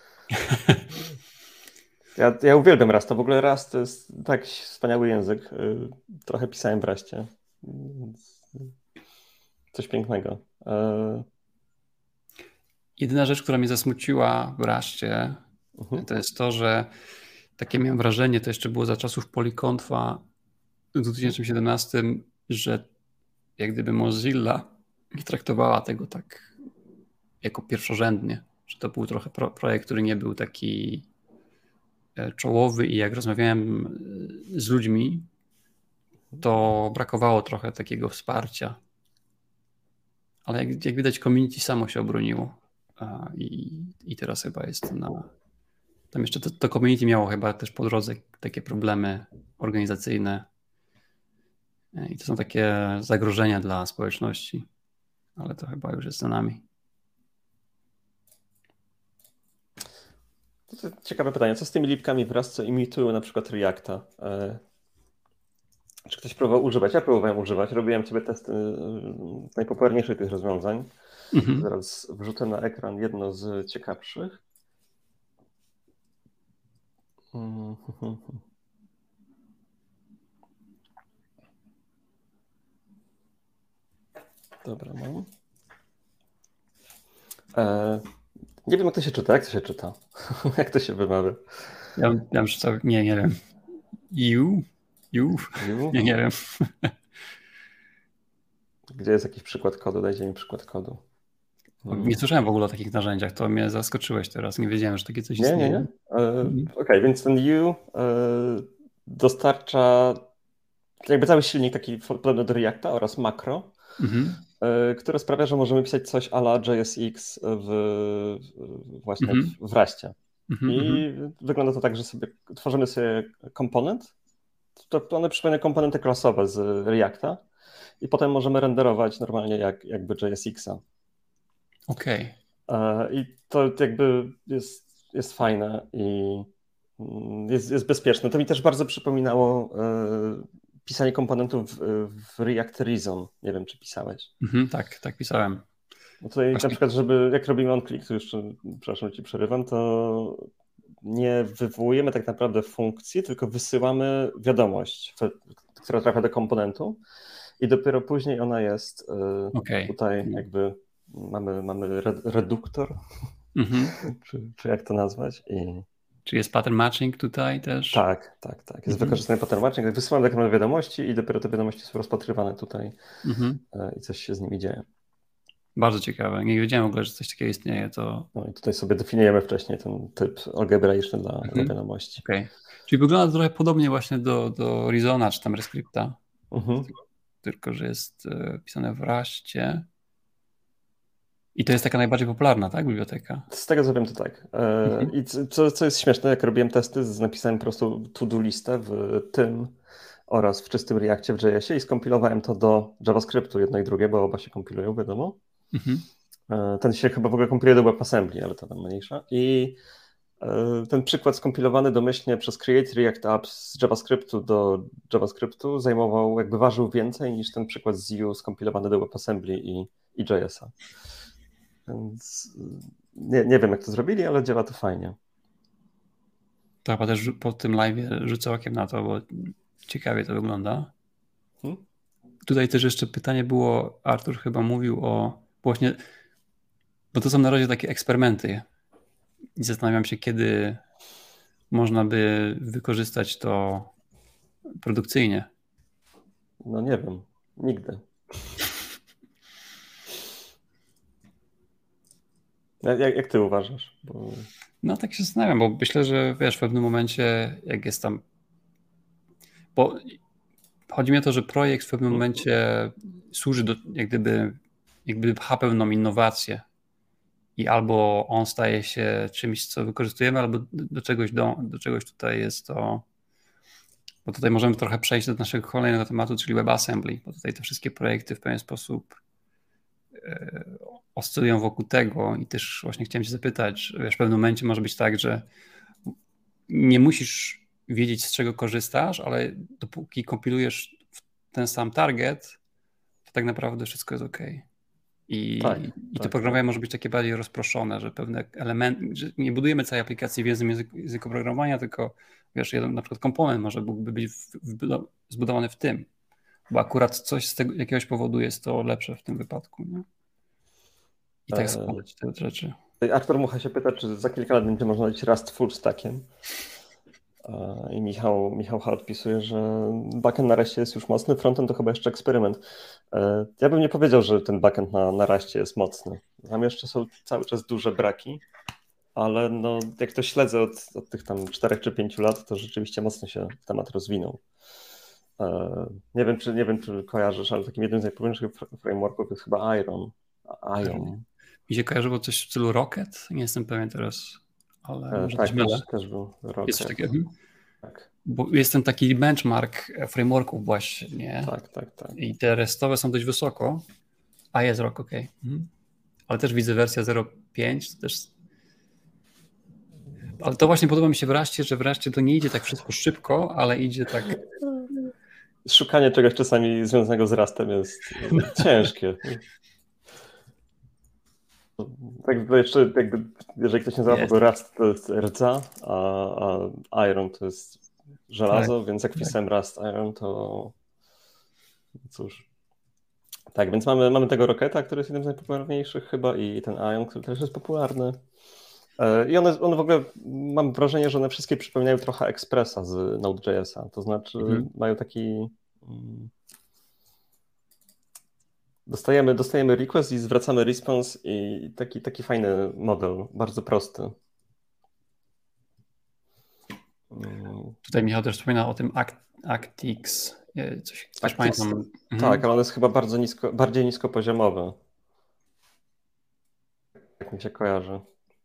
Speaker 1: Ja uwielbiam Rasta. W ogóle Rast to jest tak wspaniały język. Trochę pisałem w Rastie. Coś pięknego.
Speaker 2: Jedyna rzecz, która mnie zasmuciła w Rastie, to jest to, że takie miałem wrażenie, to jeszcze było za czasów Polyconfa w 2017, że jak gdyby Mozilla nie traktowała tego tak jako pierwszorzędnie, że to był trochę projekt, który nie był taki czołowy i jak rozmawiałem z ludźmi, to brakowało trochę takiego wsparcia. ale jak widać community samo się obroniło i teraz chyba jest tam jeszcze to community miało chyba też po drodze takie problemy organizacyjne i to są takie zagrożenia dla społeczności, ale to chyba już jest za nami.
Speaker 1: To ciekawe pytanie, co z tymi lipkami wraz, co imitują na przykład Reacta? Czy ktoś próbował używać? Ja próbowałem używać, robiłem sobie testy najpopularniejszych tych rozwiązań. Zaraz wrzucę na ekran jedno z ciekawszych. Dobra, mam. Nie wiem, jak to się czyta. Jak to się czyta? Jak to się wymawia?
Speaker 2: Ja już nie wiem. Nie wiem.
Speaker 1: Gdzie jest jakiś przykład kodu? Dajcie mi przykład kodu.
Speaker 2: Nie słyszałem w ogóle o takich narzędziach, to mnie zaskoczyłeś teraz. Nie wiedziałem, że takie coś istnieje.
Speaker 1: Nie. Okej, więc ten U dostarcza jakby cały silnik taki podobny do Reacta oraz makro, które sprawia, że możemy pisać coś a la JSX właśnie w Raście. I wygląda to tak, że sobie tworzymy sobie komponent, to one przypominają komponenty klasowe z Reacta i potem możemy renderować normalnie jakby JSX-a.
Speaker 2: Okej.
Speaker 1: I to jakby jest fajne i jest bezpieczne. To mi też bardzo przypominało pisanie komponentów w React Reason. Nie wiem, czy pisałeś.
Speaker 2: Tak pisałem.
Speaker 1: No tutaj na przykład, jak robimy on-click, to jeszcze, przepraszam, ci przerywam, to nie wywołujemy tak naprawdę funkcji, tylko wysyłamy wiadomość, która trafia do komponentu i dopiero później ona jest tutaj jakby mamy reduktor, czy jak to nazwać.
Speaker 2: Czy jest pattern matching tutaj też?
Speaker 1: Tak. Jest wykorzystany pattern matching. Wysyłamy tak naprawdę wiadomości i dopiero te wiadomości są rozpatrywane tutaj i coś się z nimi dzieje.
Speaker 2: Bardzo ciekawe. Nie wiedziałem w ogóle, że coś takiego istnieje.
Speaker 1: No i tutaj sobie definiujemy wcześniej ten typ algebraiczny dla wiadomości.
Speaker 2: Czyli wygląda to trochę podobnie właśnie do Reasona czy tam Rescripta. Tylko, że jest pisane w Raście. I to jest taka najbardziej popularna, tak, biblioteka?
Speaker 1: Z tego co wiem, to tak. I co jest śmieszne, jak robiłem testy, napisałem po prostu to-do listę w tym oraz w czystym Reactie w JS-ie i skompilowałem to do JavaScriptu jedno i drugie, bo oba się kompilują, wiadomo. Ten się chyba w ogóle kompiluje do WebAssembly, ale to tam mniejsza. I ten przykład skompilowany domyślnie przez Create React Apps z JavaScriptu do JavaScriptu ważył więcej niż ten przykład z Vue skompilowany do WebAssembly i JS-a. Więc nie wiem, jak to zrobili, ale działa to fajnie.
Speaker 2: To chyba też po tym live rzucę okiem na to, bo ciekawie to wygląda. Tutaj też jeszcze pytanie było, Artur chyba mówił o właśnie, bo to są na razie takie eksperymenty i zastanawiam się, kiedy można by wykorzystać to produkcyjnie.
Speaker 1: No nie wiem, nigdy. Jak ty uważasz?
Speaker 2: No tak się zastanawiam, bo myślę, że wiesz, w pewnym momencie jak jest tam, bo chodzi mi o to, że projekt w pewnym momencie służy do, jak gdyby pcha pewną innowację i albo on staje się czymś, co wykorzystujemy, albo do czegoś tutaj jest to, bo tutaj możemy trochę przejść do naszego kolejnego tematu, czyli WebAssembly, bo tutaj te wszystkie projekty w pewien sposób oscylują wokół tego i też właśnie chciałem cię zapytać, że wiesz, w pewnym momencie może być tak, że nie musisz wiedzieć, z czego korzystasz, ale dopóki kompilujesz ten sam target, to tak naprawdę wszystko jest OK. I to programowanie może być takie bardziej rozproszone, że pewne elementy, że nie budujemy całej aplikacji w jednym języku programowania, tylko wiesz, jeden na przykład komponent mógłby być zbudowany w tym, bo akurat coś z tego jakiegoś powodu jest to lepsze w tym wypadku. Nie? I tak składać te rzeczy.
Speaker 1: Artur Mucha się pyta, czy za kilka lat będzie można robić Rust full stackiem. I Michał H. odpisuje, że backend na Restie jest już mocny, frontend to chyba jeszcze eksperyment. Ja bym nie powiedział, że ten backend na Restie jest mocny. Tam jeszcze są cały czas duże braki, ale no, jak to śledzę od tych tam 4 czy 5 lat, to rzeczywiście mocno się temat rozwinął. Nie wiem, czy kojarzysz, ale takim jednym z najpopularniejszych frameworków jest chyba Iron. Ion.
Speaker 2: Mi się kojarzyło coś w stylu Rocket, nie jestem pewien teraz, ale może
Speaker 1: tak,
Speaker 2: mylę.
Speaker 1: też był Rocket.
Speaker 2: Jest coś takiego?
Speaker 1: Tak.
Speaker 2: Bo jest ten taki benchmark frameworków właśnie.
Speaker 1: Tak.
Speaker 2: I te restowe są dość wysoko. A jest Rock, okej. Ale też widzę wersja 0.5, to też... Ale to właśnie podoba mi się w Rushcie, że w Rushcie to nie idzie tak wszystko szybko, ale idzie tak...
Speaker 1: Szukanie czegoś czasami związanego z Rustem jest ciężkie. Tak jeszcze, jeżeli ktoś nie załapał, to Rust to jest rdza, a Iron to jest żelazo, więc jak wpisałem Rust Iron, to cóż. Tak, więc mamy tego Rocketa, który jest jednym z najpopularniejszych chyba i ten Ion, który też jest popularny. I one w ogóle, mam wrażenie, że one wszystkie przypominają trochę Expressa z Node.jsa, to znaczy mają taki... Dostajemy request i zwracamy response i taki fajny model, bardzo prosty.
Speaker 2: Tutaj Michał też wspominał o tym Actix. Coś pamiętam.
Speaker 1: Tak, ale on jest chyba bardziej niskopoziomowy. Jak mi się kojarzy.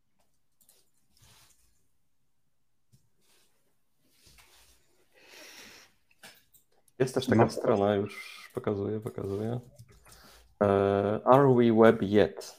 Speaker 1: Jest też taka strona, już pokazuję. Are we web yet?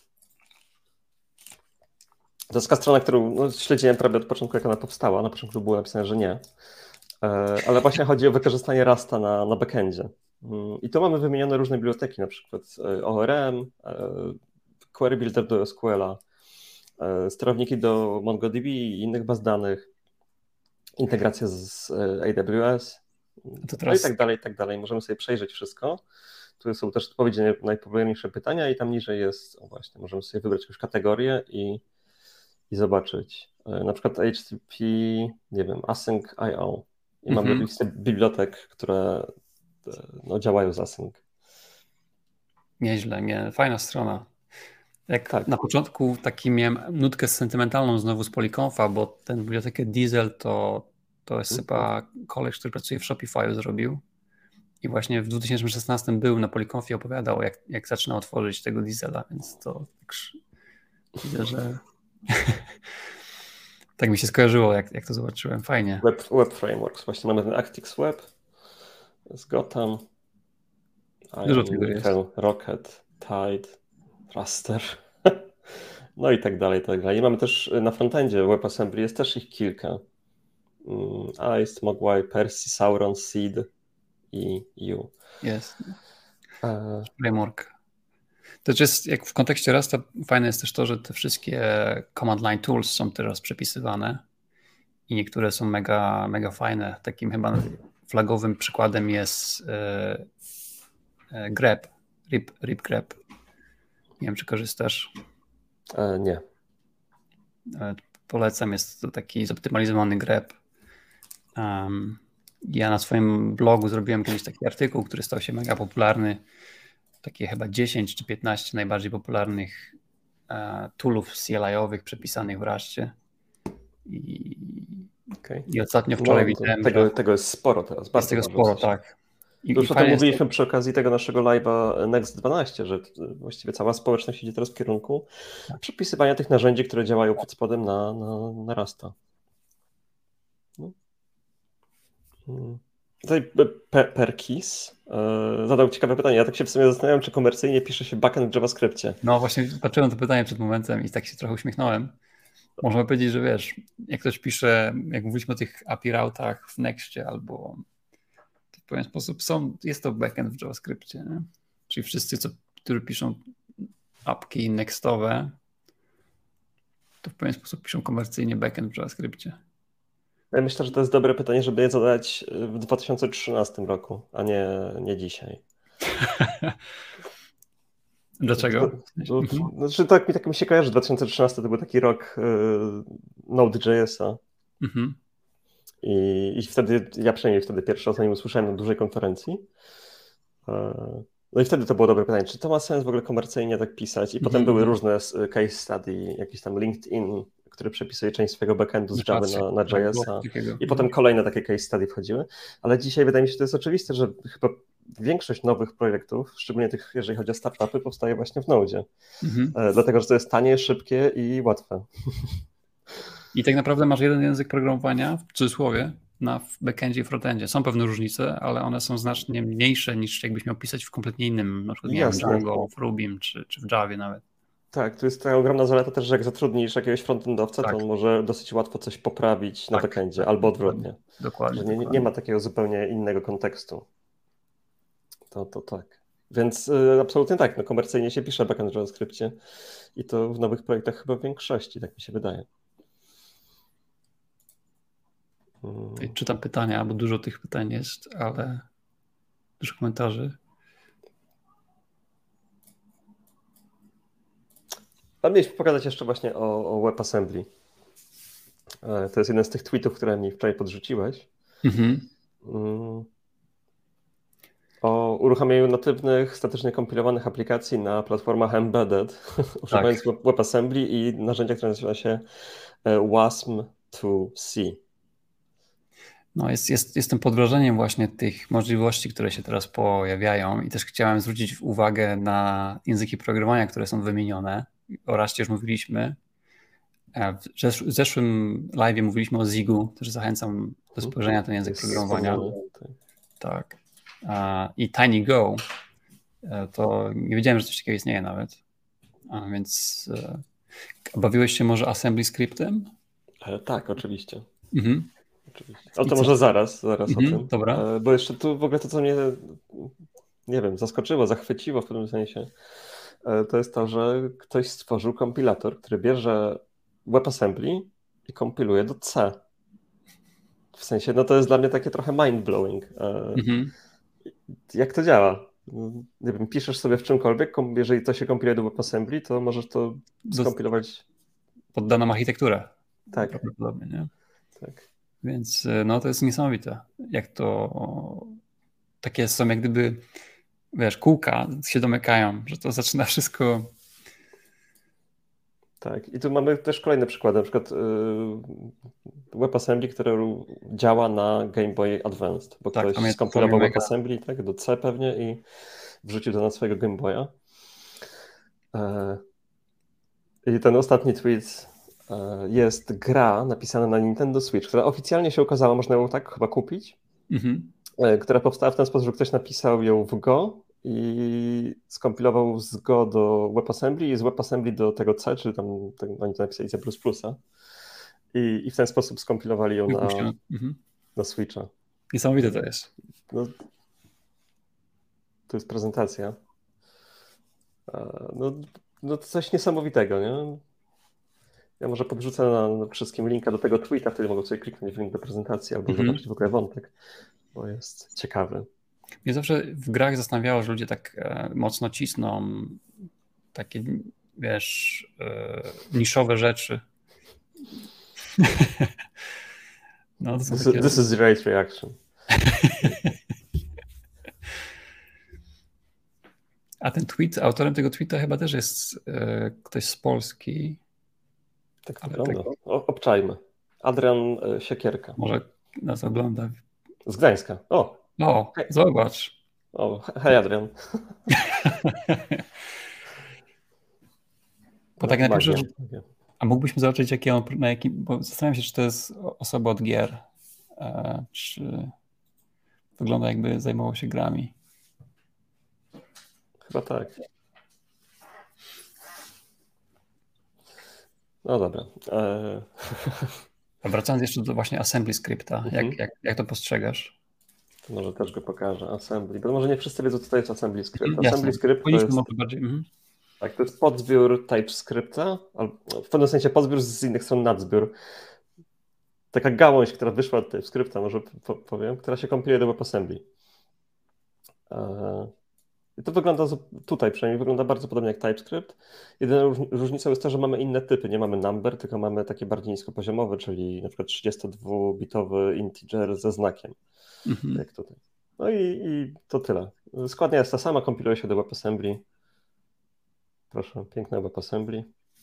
Speaker 1: To jest taka strona, którą śledziłem prawie od początku, jak ona powstała. Na początku było napisane, że nie. Ale właśnie chodzi o wykorzystanie Rusta na backendzie. I tu mamy wymienione różne biblioteki, na przykład ORM, Query Builder do SQL-a, sterowniki do MongoDB i innych baz danych, integracja z AWS, i tak dalej. Możemy sobie przejrzeć wszystko. Tu są też odpowiedzi na najpopularniejsze pytania i tam niżej jest, właśnie, możemy sobie wybrać jakąś kategorię i zobaczyć. Na przykład HTTP, nie wiem, Async.io. I mamy listę bibliotek, które działają z Async.
Speaker 2: Nieźle, fajna strona. Na początku miałem nutkę sentymentalną znowu z Polyconfa, bo tę bibliotekę Diesel to jest chyba koleś, który pracuje w Shopify'u, zrobił. I właśnie w 2016 był na Polyconfie, opowiadał, jak zaczynał tworzyć tego Diesela, więc to widzę, że tak mi się skojarzyło, jak to zobaczyłem. Fajnie.
Speaker 1: Web Frameworks. Właśnie mamy ten Actix Web z Gotham,
Speaker 2: Dużo tego jest.
Speaker 1: Rocket, Tide, Raster, no i tak dalej, tak dalej. I mamy też na frontendzie WebAssembly, jest też ich kilka. Ice, Mogwai, Percy, Sauron, Seed i U.
Speaker 2: Jest. Framework. To jest, jak w kontekście Rusta, fajne jest też to, że te wszystkie command line tools są teraz przepisywane i niektóre są mega, mega fajne. Takim chyba flagowym przykładem jest grep, rip grep. Nie wiem, czy korzystasz?
Speaker 1: Nie.
Speaker 2: Polecam, jest to taki zoptymalizowany grep. Ja na swoim blogu zrobiłem kiedyś taki artykuł, który stał się mega popularny. Takie chyba 10 czy 15 najbardziej popularnych toolów CLI-owych przepisanych w Rushcie. I ostatnio wczoraj widziałem...
Speaker 1: Tego jest sporo teraz.
Speaker 2: Jest tego sporo, tak.
Speaker 1: Już o tym mówiliśmy przy okazji tego naszego live'a Next 12, że właściwie cała społeczność idzie teraz w kierunku przepisywania tych narzędzi, które działają pod spodem na Rusta. Tutaj Perkis zadał ciekawe pytanie. Ja tak się w sumie zastanawiam, czy komercyjnie pisze się backend w JavaScriptie.
Speaker 2: No właśnie patrzyłem na to pytanie przed momentem i tak się trochę uśmiechnąłem. Można powiedzieć, że wiesz, jak ktoś pisze, jak mówiliśmy o tych API routach w Nextie albo w pewien sposób jest to backend w JavaScriptie. Nie? Czyli wszyscy, którzy piszą apki nextowe, to w pewien sposób piszą komercyjnie backend w JavaScriptie.
Speaker 1: Ja myślę, że to jest dobre pytanie, żeby je zadać w 2013 roku, a nie dzisiaj.
Speaker 2: Dlaczego?
Speaker 1: Znaczy, tak mi się kojarzy, 2013 to był taki rok Node.jsa. I wtedy, ja przynajmniej wtedy pierwszy raz o nim usłyszałem na dużej konferencji. No i wtedy to było dobre pytanie, czy to ma sens w ogóle komercyjnie tak pisać? I potem były różne case study, jakiś tam LinkedIn, który przepisuje część swojego backendu z Java na JS-a. I potem kolejne takie case study wchodziły. Ale dzisiaj wydaje mi się, że to jest oczywiste, że chyba większość nowych projektów, szczególnie tych, jeżeli chodzi o startupy, powstaje właśnie w Node. Dlatego, że to jest tanie, szybkie i łatwe.
Speaker 2: I tak naprawdę masz jeden język programowania, w cudzysłowie, na backendzie i frontendzie. Są pewne różnice, ale one są znacznie mniejsze niż jakbyś miał pisać w kompletnie innym, na przykład nie wiem, Django, w Rubim czy w Javie nawet.
Speaker 1: Tak, tu jest taka ogromna zaleta też, że jak zatrudnisz jakiegoś frontendowca,
Speaker 2: Tak.
Speaker 1: to on może dosyć łatwo coś poprawić na backendzie, albo odwrotnie.
Speaker 2: Dokładnie.
Speaker 1: Że nie ma takiego zupełnie innego kontekstu. To tak. Więc absolutnie tak, no komercyjnie się pisze backend w JavaScriptie i to w nowych projektach chyba w większości, tak mi się wydaje.
Speaker 2: Czytam pytania, bo dużo tych pytań jest, ale dużo komentarzy.
Speaker 1: Ale mieliśmy pogadać jeszcze właśnie o WebAssembly. To jest jeden z tych tweetów, które mi wczoraj podrzuciłeś. O uruchamianiu natywnych, statycznie kompilowanych aplikacji na platformach embedded, używając WebAssembly i narzędzia, które nazywa się WASM2C.
Speaker 2: No jestem pod wrażeniem właśnie tych możliwości, które się teraz pojawiają i też chciałem zwrócić uwagę na języki programowania, które są wymienione. O Rushcie już mówiliśmy. W zeszłym live'ie mówiliśmy o Zigu, też zachęcam do spojrzenia na ten język programowania. Tak. I TinyGo, to nie wiedziałem, że coś takiego istnieje nawet. Więc bawiłeś się może assembly scriptem?
Speaker 1: Tak, oczywiście. Oczywiście.
Speaker 2: I
Speaker 1: to może zaraz o tym.
Speaker 2: Dobra.
Speaker 1: Bo jeszcze tu w ogóle to, co mnie, nie wiem, zaskoczyło, zachwyciło w pewnym sensie, to jest to, że ktoś stworzył kompilator, który bierze WebAssembly i kompiluje do C. W sensie, no to jest dla mnie takie trochę mind-blowing. Jak to działa? Nie wiem, piszesz sobie w czymkolwiek, jeżeli to się kompiluje do WebAssembly, to możesz to skompilować
Speaker 2: pod daną architekturę.
Speaker 1: Tak.
Speaker 2: Prawdopodobnie, nie?
Speaker 1: Tak.
Speaker 2: Więc no to jest niesamowite. Jak to takie są jak gdyby, wiesz, kółka się domykają, że to zaczyna wszystko.
Speaker 1: Tak. I tu mamy też kolejne przykłady. Na przykład WebAssembly, które działa na Game Boy Advanced, bo ktoś skompilował WebAssembly do C pewnie i wrzucił to na swojego Game Boya. I ten ostatni tweet jest gra napisana na Nintendo Switch, która oficjalnie się ukazała, można ją tak chyba kupić, która powstała w ten sposób, że ktoś napisał ją w Go i skompilował z Go do WebAssembly i z WebAssembly do tego C, czyli tam oni to napisali C++. I w ten sposób skompilowali ją na Switcha.
Speaker 2: Niesamowite to jest.
Speaker 1: To jest prezentacja. No to coś niesamowitego, nie? Ja może podrzucę na wszystkim linka do tego tweeta, wtedy mogą sobie kliknąć w link do prezentacji albo zobaczyć w ogóle wątek, bo jest ciekawy.
Speaker 2: Mnie zawsze w grach zastanawiało, że ludzie tak mocno cisną takie, wiesz, niszowe rzeczy. No, to są takie...
Speaker 1: This is the right reaction.
Speaker 2: A ten tweet, autorem tego tweeta chyba też jest ktoś z Polski.
Speaker 1: Tak wygląda. Obczajmy. Adrian Siekierka.
Speaker 2: Może nas ogląda.
Speaker 1: Z Gdańska.
Speaker 2: O, zobacz.
Speaker 1: Hej Adrian.
Speaker 2: Bo tak napiszę, a mógłbyśmy zobaczyć, bo zastanawiam się, czy to jest osoba od gier, czy wygląda jakby zajmował się grami.
Speaker 1: Chyba tak. No dobra.
Speaker 2: A wracając jeszcze do właśnie assembly scripta, jak to postrzegasz?
Speaker 1: To może też go pokażę. Assembly. Bo może nie wszyscy wiedzą, co to jest assembly script.
Speaker 2: Assembly
Speaker 1: script to jest... Tak, to jest podzbiór TypeScripta, w pewnym sensie podzbiór z innych stron nadzbiór. Taka gałąź, która wyszła od TypeScripta, może powiem, która się kompiluje do WebAssembly. I to wygląda, tutaj przynajmniej wygląda bardzo podobnie jak TypeScript. Jedyna różnica jest to, że mamy inne typy. Nie mamy number, tylko mamy takie bardziej niskopoziomowe, czyli na przykład 32-bitowy integer ze znakiem. Jak tutaj. No i to tyle. Składnia jest ta sama, kompiluje się do WebAssembly. Proszę, piękne WebAssembly.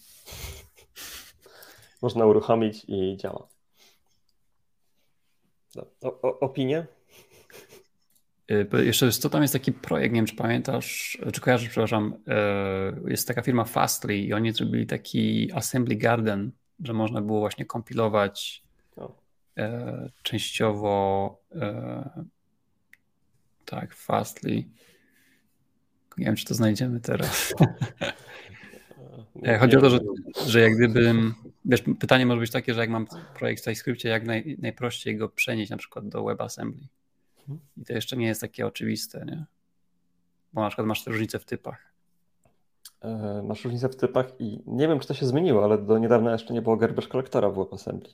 Speaker 1: Można uruchomić i działa. Opinie?
Speaker 2: Jeszcze co tam jest taki projekt, nie wiem czy pamiętasz, czy kojarzysz, przepraszam, jest taka firma Fastly i oni zrobili taki Assembly Garden, że można było właśnie kompilować częściowo tak, Fastly. Nie wiem, czy to znajdziemy teraz. Chodzi o to, że jak gdyby, wiesz, pytanie może być takie, że jak mam projekt w TypeScriptie, jak najprościej go przenieść na przykład do WebAssembly. I to jeszcze nie jest takie oczywiste, nie? Bo na przykład masz te różnice w typach.
Speaker 1: Masz różnicę w typach i nie wiem, czy to się zmieniło, ale do niedawna jeszcze nie było garbage collectora w WebAssembly.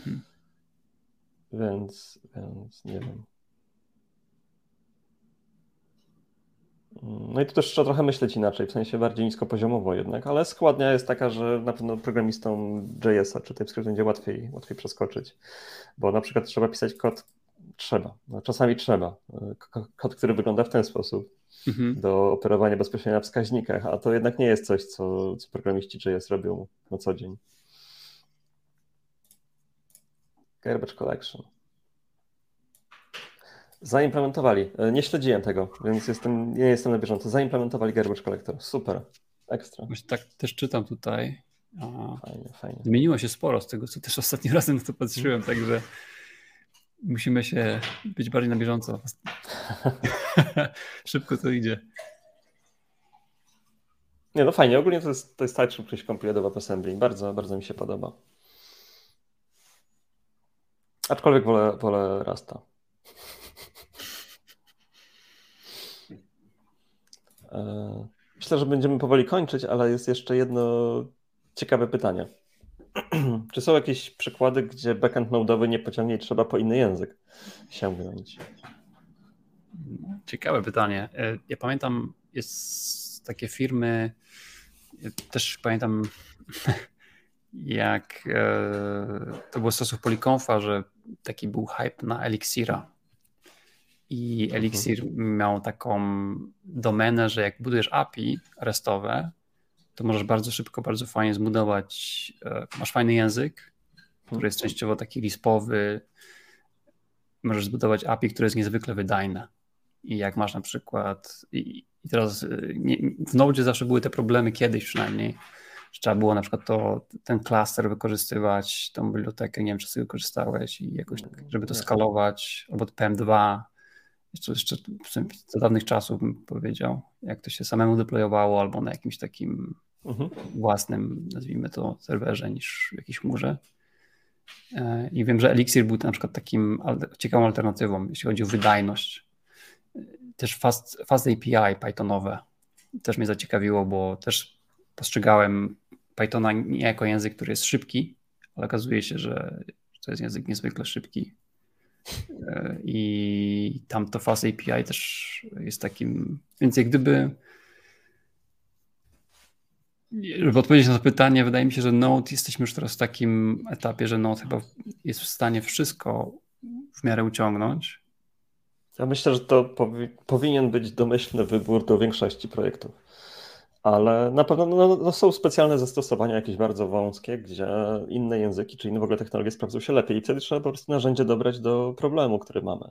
Speaker 1: Więc nie wiem. No i tu też trzeba trochę myśleć inaczej, w sensie bardziej niskopoziomowo jednak, ale składnia jest taka, że na pewno programistom JS-a czy TypeScript będzie łatwiej przeskoczyć, bo na przykład trzeba pisać kod, czasami trzeba, kod, który wygląda w ten sposób do operowania bezpośrednio na wskaźnikach, a to jednak nie jest coś, co programiści JS robią na co dzień. Garbage collection. Zaimplementowali. Nie śledziłem tego, więc nie jestem na bieżąco. Zaimplementowali Garbage Collector. Super. Ekstra.
Speaker 2: Właśnie tak też czytam tutaj.
Speaker 1: Fajnie.
Speaker 2: Zmieniło się sporo z tego, co też ostatnim razem na to patrzyłem, także musimy się być bardziej na bieżąco. Szybko to idzie.
Speaker 1: Nie, no fajnie. Ogólnie to jest TypeScript, który się kompiluje do WebAssembly. Bardzo, bardzo mi się podoba. Aczkolwiek wolę Rasta. Myślę, że będziemy powoli kończyć, ale jest jeszcze jedno ciekawe pytanie. Czy są jakieś przykłady, gdzie backend node'owy nie pociągnie i trzeba po inny język sięgnąć?
Speaker 2: Ciekawe pytanie. Ja pamiętam, jest takie firmy, też pamiętam jak to było z czasów Polyconfa, że taki był hype na Elixira. I Elixir miał taką domenę, że jak budujesz API restowe, to możesz bardzo szybko, bardzo fajnie zbudować. Masz fajny język, który jest częściowo taki lispowy. Możesz zbudować API, które jest niezwykle wydajne. I jak masz na przykład. I teraz w Node zawsze były te problemy, kiedyś przynajmniej, że trzeba było na przykład ten klaster wykorzystywać, tą bibliotekę, nie wiem, czy z tego korzystałeś, i jakoś tak, żeby to skalować, albo PM2. Jeszcze za dawnych czasów bym powiedział, jak to się samemu deployowało albo na jakimś takim własnym, nazwijmy to, serwerze niż w jakiejś chmurze. I wiem, że Elixir był na przykład takim ciekawą alternatywą, jeśli chodzi o wydajność. Też Fast API Pythonowe też mnie zaciekawiło, bo też postrzegałem Pythona nie jako język, który jest szybki, ale okazuje się, że to jest język niezwykle szybki. I tam to Fast API też jest takim, więc jak gdyby, żeby odpowiedzieć na to pytanie, wydaje mi się, że Node, jesteśmy już teraz w takim etapie, że Node chyba jest w stanie wszystko w miarę uciągnąć.
Speaker 1: Ja myślę, że to powinien być domyślny wybór do większości projektów, ale na pewno są specjalne zastosowania jakieś bardzo wąskie, gdzie inne języki czy inne w ogóle technologie sprawdzą się lepiej i wtedy trzeba po prostu narzędzie dobrać do problemu, który mamy.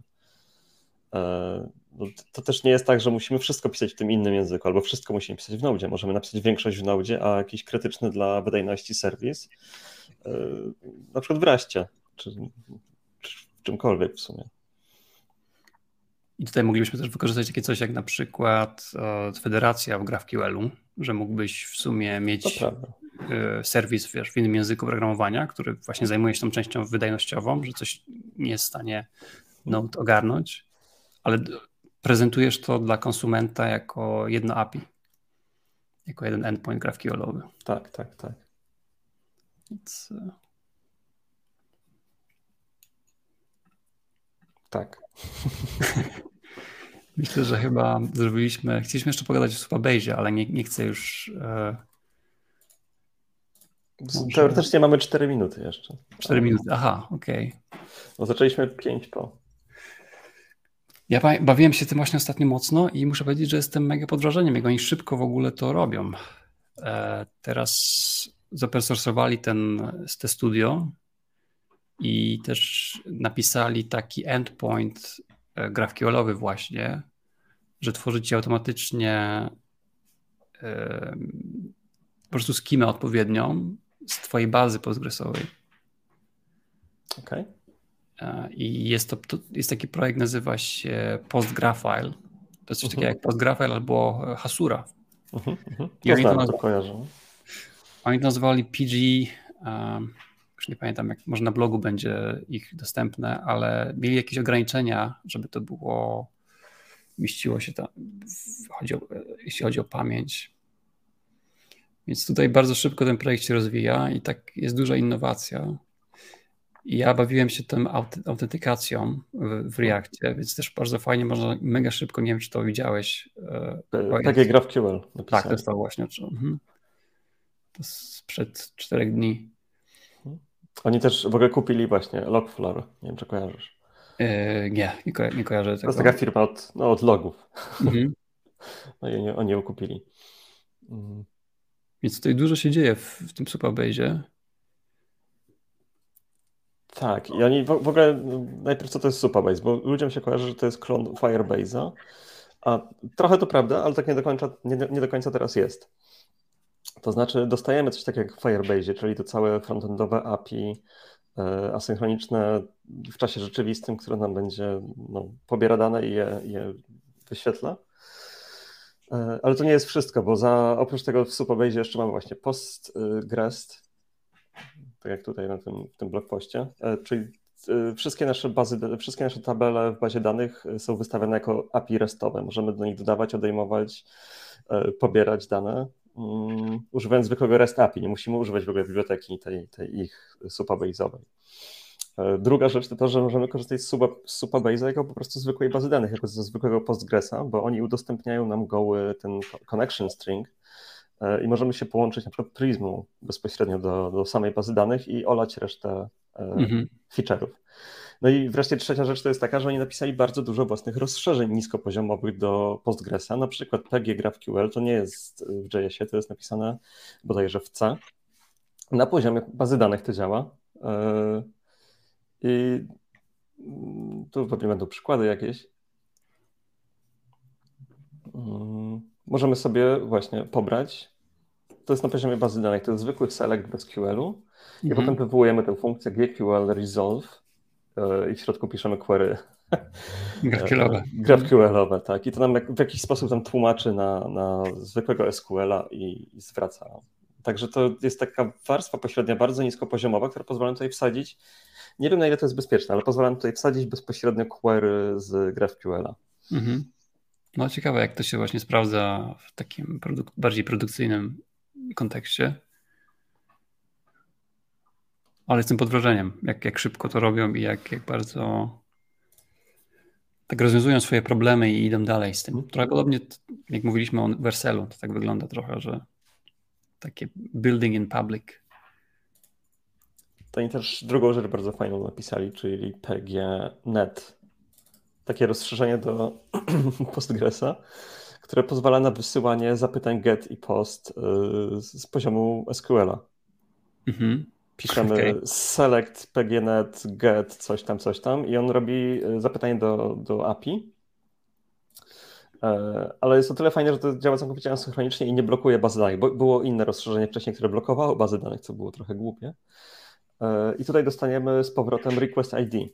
Speaker 1: To też nie jest tak, że musimy wszystko pisać w tym innym języku, albo wszystko musimy pisać w Node. Możemy napisać większość w Node, a jakiś krytyczny dla wydajności serwis, na przykład w Raście, czy w czymkolwiek w sumie.
Speaker 2: I tutaj moglibyśmy też wykorzystać takie coś jak na przykład federacja w GraphQL-u, że mógłbyś w sumie mieć serwis w innym języku programowania, który właśnie zajmuje się tą częścią wydajnościową, że coś nie jest w stanie Node ogarnąć, ale prezentujesz to dla konsumenta jako jedno API, jako jeden endpoint GraphQL-owy.
Speaker 1: Tak.
Speaker 2: Więc...
Speaker 1: Tak.
Speaker 2: Myślę, że chyba chcieliśmy jeszcze pogadać o Supabase'ie, ale nie chcę już...
Speaker 1: Teoretycznie mamy 4 minuty jeszcze.
Speaker 2: 4 minuty, aha, okej.
Speaker 1: Bo zaczęliśmy 5 po.
Speaker 2: Ja bawiłem się tym właśnie ostatnio mocno i muszę powiedzieć, że jestem mega pod wrażeniem, jak oni szybko w ogóle to robią. Teraz zapersorsowali te studio i też napisali taki endpoint GraphQL-owy właśnie, że tworzy ci automatycznie po prostu schemę odpowiednią z twojej bazy Postgresowej.
Speaker 1: Okej.
Speaker 2: I jest taki projekt, nazywa się PostGraphile. To jest coś takiego jak PostGraphile albo Hasura.
Speaker 1: I oni to kojarzę.
Speaker 2: Oni to nazywali PG, już nie pamiętam, jak może na blogu będzie ich dostępne, ale mieli jakieś ograniczenia, żeby to było, mieściło się tam, jeśli chodzi o pamięć. Więc tutaj bardzo szybko ten projekt się rozwija i tak jest duża innowacja. I ja bawiłem się tą autentykacją w Reactie, więc też bardzo fajnie, można mega szybko, nie wiem, czy to widziałeś.
Speaker 1: PG GraphQL napisali.
Speaker 2: Tak, to jest to właśnie. To sprzed 4 dni.
Speaker 1: Oni też w ogóle kupili właśnie Logflow. Nie wiem, czy kojarzysz.
Speaker 2: Nie kojarzę tego.
Speaker 1: To jest taka firma od logów. No i oni ją kupili.
Speaker 2: Więc tutaj dużo się dzieje w tym Supabase'ie.
Speaker 1: Tak, i oni w ogóle, najpierw co to jest Supabase, bo ludziom się kojarzy, że to jest klon Firebase'a, a trochę to prawda, ale tak nie do końca teraz jest. To znaczy dostajemy coś takiego jak w Firebase'ie, czyli to całe frontendowe API asynchroniczne w czasie rzeczywistym, które nam będzie pobiera dane i je wyświetla. Ale to nie jest wszystko, bo oprócz tego w Supabase'ie jeszcze mamy właśnie Postgres, tak jak tutaj w tym blogpoście, czyli wszystkie nasze tabele w bazie danych są wystawione jako API RESTowe. Możemy do nich dodawać, odejmować, pobierać dane, używając zwykłego REST API. Nie musimy używać w ogóle biblioteki tej ich Supabase'owej. Druga rzecz to to, że możemy korzystać z Supabase'a jako po prostu zwykłej bazy danych, jako ze zwykłego Postgresa, bo oni udostępniają nam goły ten connection string i możemy się połączyć na przykład Prismą bezpośrednio do samej bazy danych i olać resztę feature'ów. No i wreszcie trzecia rzecz to jest taka, że oni napisali bardzo dużo własnych rozszerzeń niskopoziomowych do Postgresa, na przykład PG GraphQL, to nie jest w JS-ie, to jest napisane bodajże w C. Na poziomie bazy danych to działa. I tu pewnie będą przykłady jakieś. Możemy sobie właśnie pobrać. To jest na poziomie bazy danych, to jest zwykły select bez QL-u i potem wywołujemy tę funkcję GQL resolve i w środku piszemy query GraphQL-owe, tak. I to nam w jakiś sposób tam tłumaczy na zwykłego SQL-a i zwraca. Także to jest taka warstwa pośrednia, bardzo niskopoziomowa, która pozwala nam tutaj wsadzić, nie wiem na ile to jest bezpieczne, ale pozwala nam tutaj wsadzić bezpośrednio query z GraphQL-a.
Speaker 2: No ciekawe, jak to się właśnie sprawdza w takim bardziej produkcyjnym kontekście. Ale jestem pod wrażeniem, jak szybko to robią i jak bardzo tak rozwiązują swoje problemy i idą dalej z tym. Trochę podobnie, jak mówiliśmy o Verselu, to tak wygląda trochę, że takie building in public.
Speaker 1: To oni też drugą rzecz bardzo fajną napisali, czyli PGNet. Takie rozszerzenie do Postgresa, które pozwala na wysyłanie zapytań get i post z poziomu SQL-a. Piszemy select pgnet get coś tam i on robi zapytanie do API. Ale jest to tyle fajne, że to działa całkowicie asynchronicznie i nie blokuje bazy danych, bo było inne rozszerzenie wcześniej, które blokowało bazy danych, co było trochę głupie. I tutaj dostaniemy z powrotem request ID.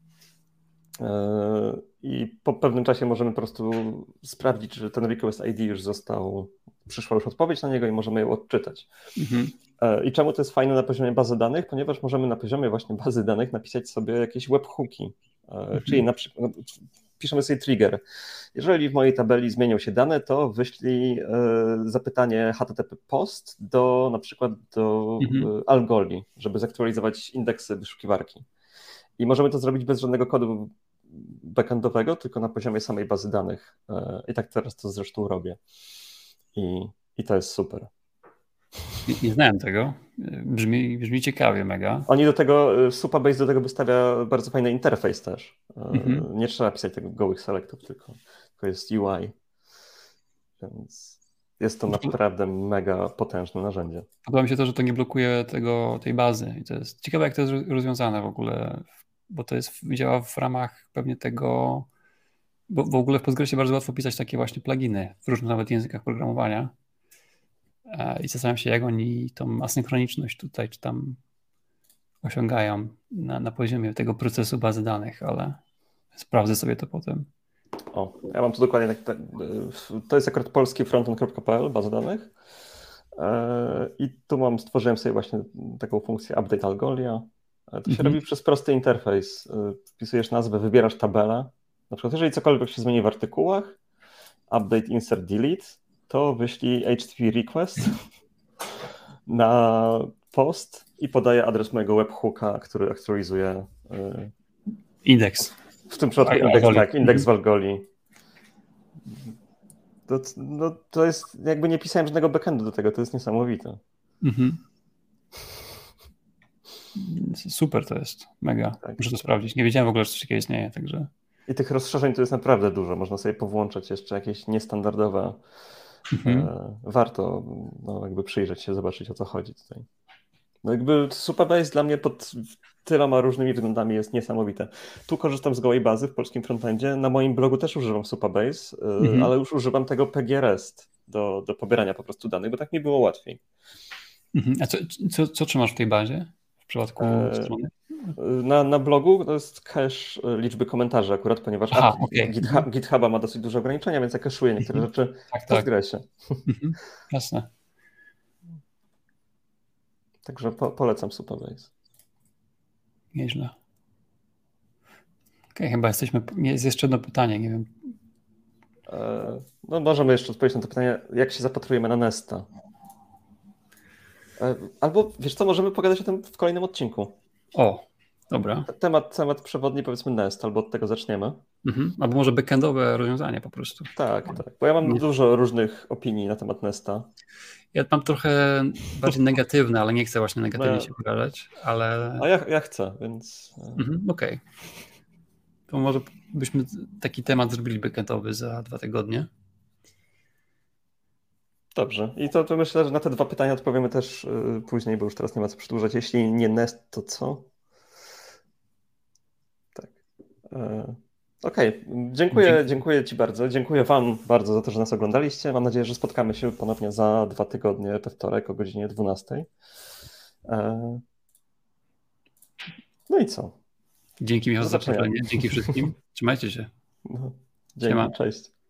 Speaker 1: I po pewnym czasie możemy po prostu sprawdzić, że ten request ID już przyszła już odpowiedź na niego i możemy ją odczytać. I czemu to jest fajne na poziomie bazy danych? Ponieważ możemy na poziomie właśnie bazy danych napisać sobie jakieś webhooki, czyli na przykład piszemy sobie trigger. Jeżeli w mojej tabeli zmienią się dane, to wyślij zapytanie HTTP post na przykład do Algoli, żeby zaktualizować indeksy wyszukiwarki. I możemy to zrobić bez żadnego kodu backendowego, tylko na poziomie samej bazy danych. I tak teraz to zresztą robię. I to jest super.
Speaker 2: Nie znałem tego. Brzmi ciekawie mega.
Speaker 1: Oni Supabase do tego wystawia bardzo fajny interfejs też. Nie trzeba pisać tego gołych selectów, tylko jest UI. Więc jest to naprawdę mega potężne narzędzie.
Speaker 2: Podoba mi się to, że to nie blokuje tej bazy. I to jest ciekawe, jak to jest rozwiązane w ogóle, bo to działa w ramach pewnie tego Bo w ogóle w Postgresie bardzo łatwo pisać takie właśnie pluginy w różnych nawet językach programowania. I zastanawiam się, jak oni tą asynchroniczność tutaj czy tam osiągają na poziomie tego procesu bazy danych, ale sprawdzę sobie to potem.
Speaker 1: O, ja mam tu dokładnie, to jest akurat polski frontend.pl, baza danych. I tu stworzyłem sobie właśnie taką funkcję update Algolia. To się robi przez prosty interfejs. Wpisujesz nazwę, wybierasz tabelę. Na przykład, jeżeli cokolwiek się zmieni w artykułach, update, insert, delete, to wyślij HTTP request na post i podaję adres mojego webhooka, który aktualizuje
Speaker 2: Indeks.
Speaker 1: W tym przypadku indeks, tak, indeks w Algoli. To jest, jakby nie pisałem żadnego backendu do tego, to jest niesamowite.
Speaker 2: Super to jest, mega. Tak. Muszę to sprawdzić. Nie wiedziałem w ogóle, że coś takiego istnieje, także...
Speaker 1: I tych rozszerzeń tu jest naprawdę dużo. Można sobie powłączać jeszcze jakieś niestandardowe. Warto jakby przyjrzeć się, zobaczyć, o co chodzi tutaj. No jakby Supabase dla mnie pod tyloma różnymi względami jest niesamowite. Tu korzystam z gołej bazy w polskim frontendzie. Na moim blogu też używam Supabase, ale już używam tego PGRest do pobierania po prostu danych, bo tak mi było łatwiej.
Speaker 2: A co trzymasz w tej bazie w przypadku strony?
Speaker 1: Na blogu to jest cache liczby komentarzy akurat, ponieważ GitHuba ma dosyć duże ograniczenia, więc ja cache'uję niektóre rzeczy w Postgresie.
Speaker 2: Jasne.
Speaker 1: Także polecam Supabase.
Speaker 2: Nieźle. Okej, chyba jest jeszcze jedno pytanie, nie wiem.
Speaker 1: No możemy jeszcze odpowiedzieć na to pytanie, jak się zapatrujemy na Nesta. Albo wiesz co, możemy pogadać o tym w kolejnym odcinku.
Speaker 2: O, dobra.
Speaker 1: Temat przewodni, powiedzmy Nest, albo od tego zaczniemy.
Speaker 2: Albo może backendowe rozwiązanie po prostu.
Speaker 1: Tak, bo ja mam dużo różnych opinii na temat Nesta.
Speaker 2: Ja mam trochę bardziej negatywne, ale nie chcę właśnie negatywnie się wyrażać, ale...
Speaker 1: A ja chcę, więc...
Speaker 2: Okej. To może byśmy taki temat zrobili backendowy za 2 tygodnie.
Speaker 1: Dobrze. I to myślę, że na te 2 pytania odpowiemy też później, bo już teraz nie ma co przedłużać. Jeśli nie Nest, to co? Tak. Okej. Dziękuję Ci bardzo. Dziękuję Wam bardzo za to, że nas oglądaliście. Mam nadzieję, że spotkamy się ponownie za 2 tygodnie, we wtorek o godzinie 12. No i co?
Speaker 2: Dzięki Michał za zaproszenie. Dzięki wszystkim. Trzymajcie się.
Speaker 1: Dzięki, cześć.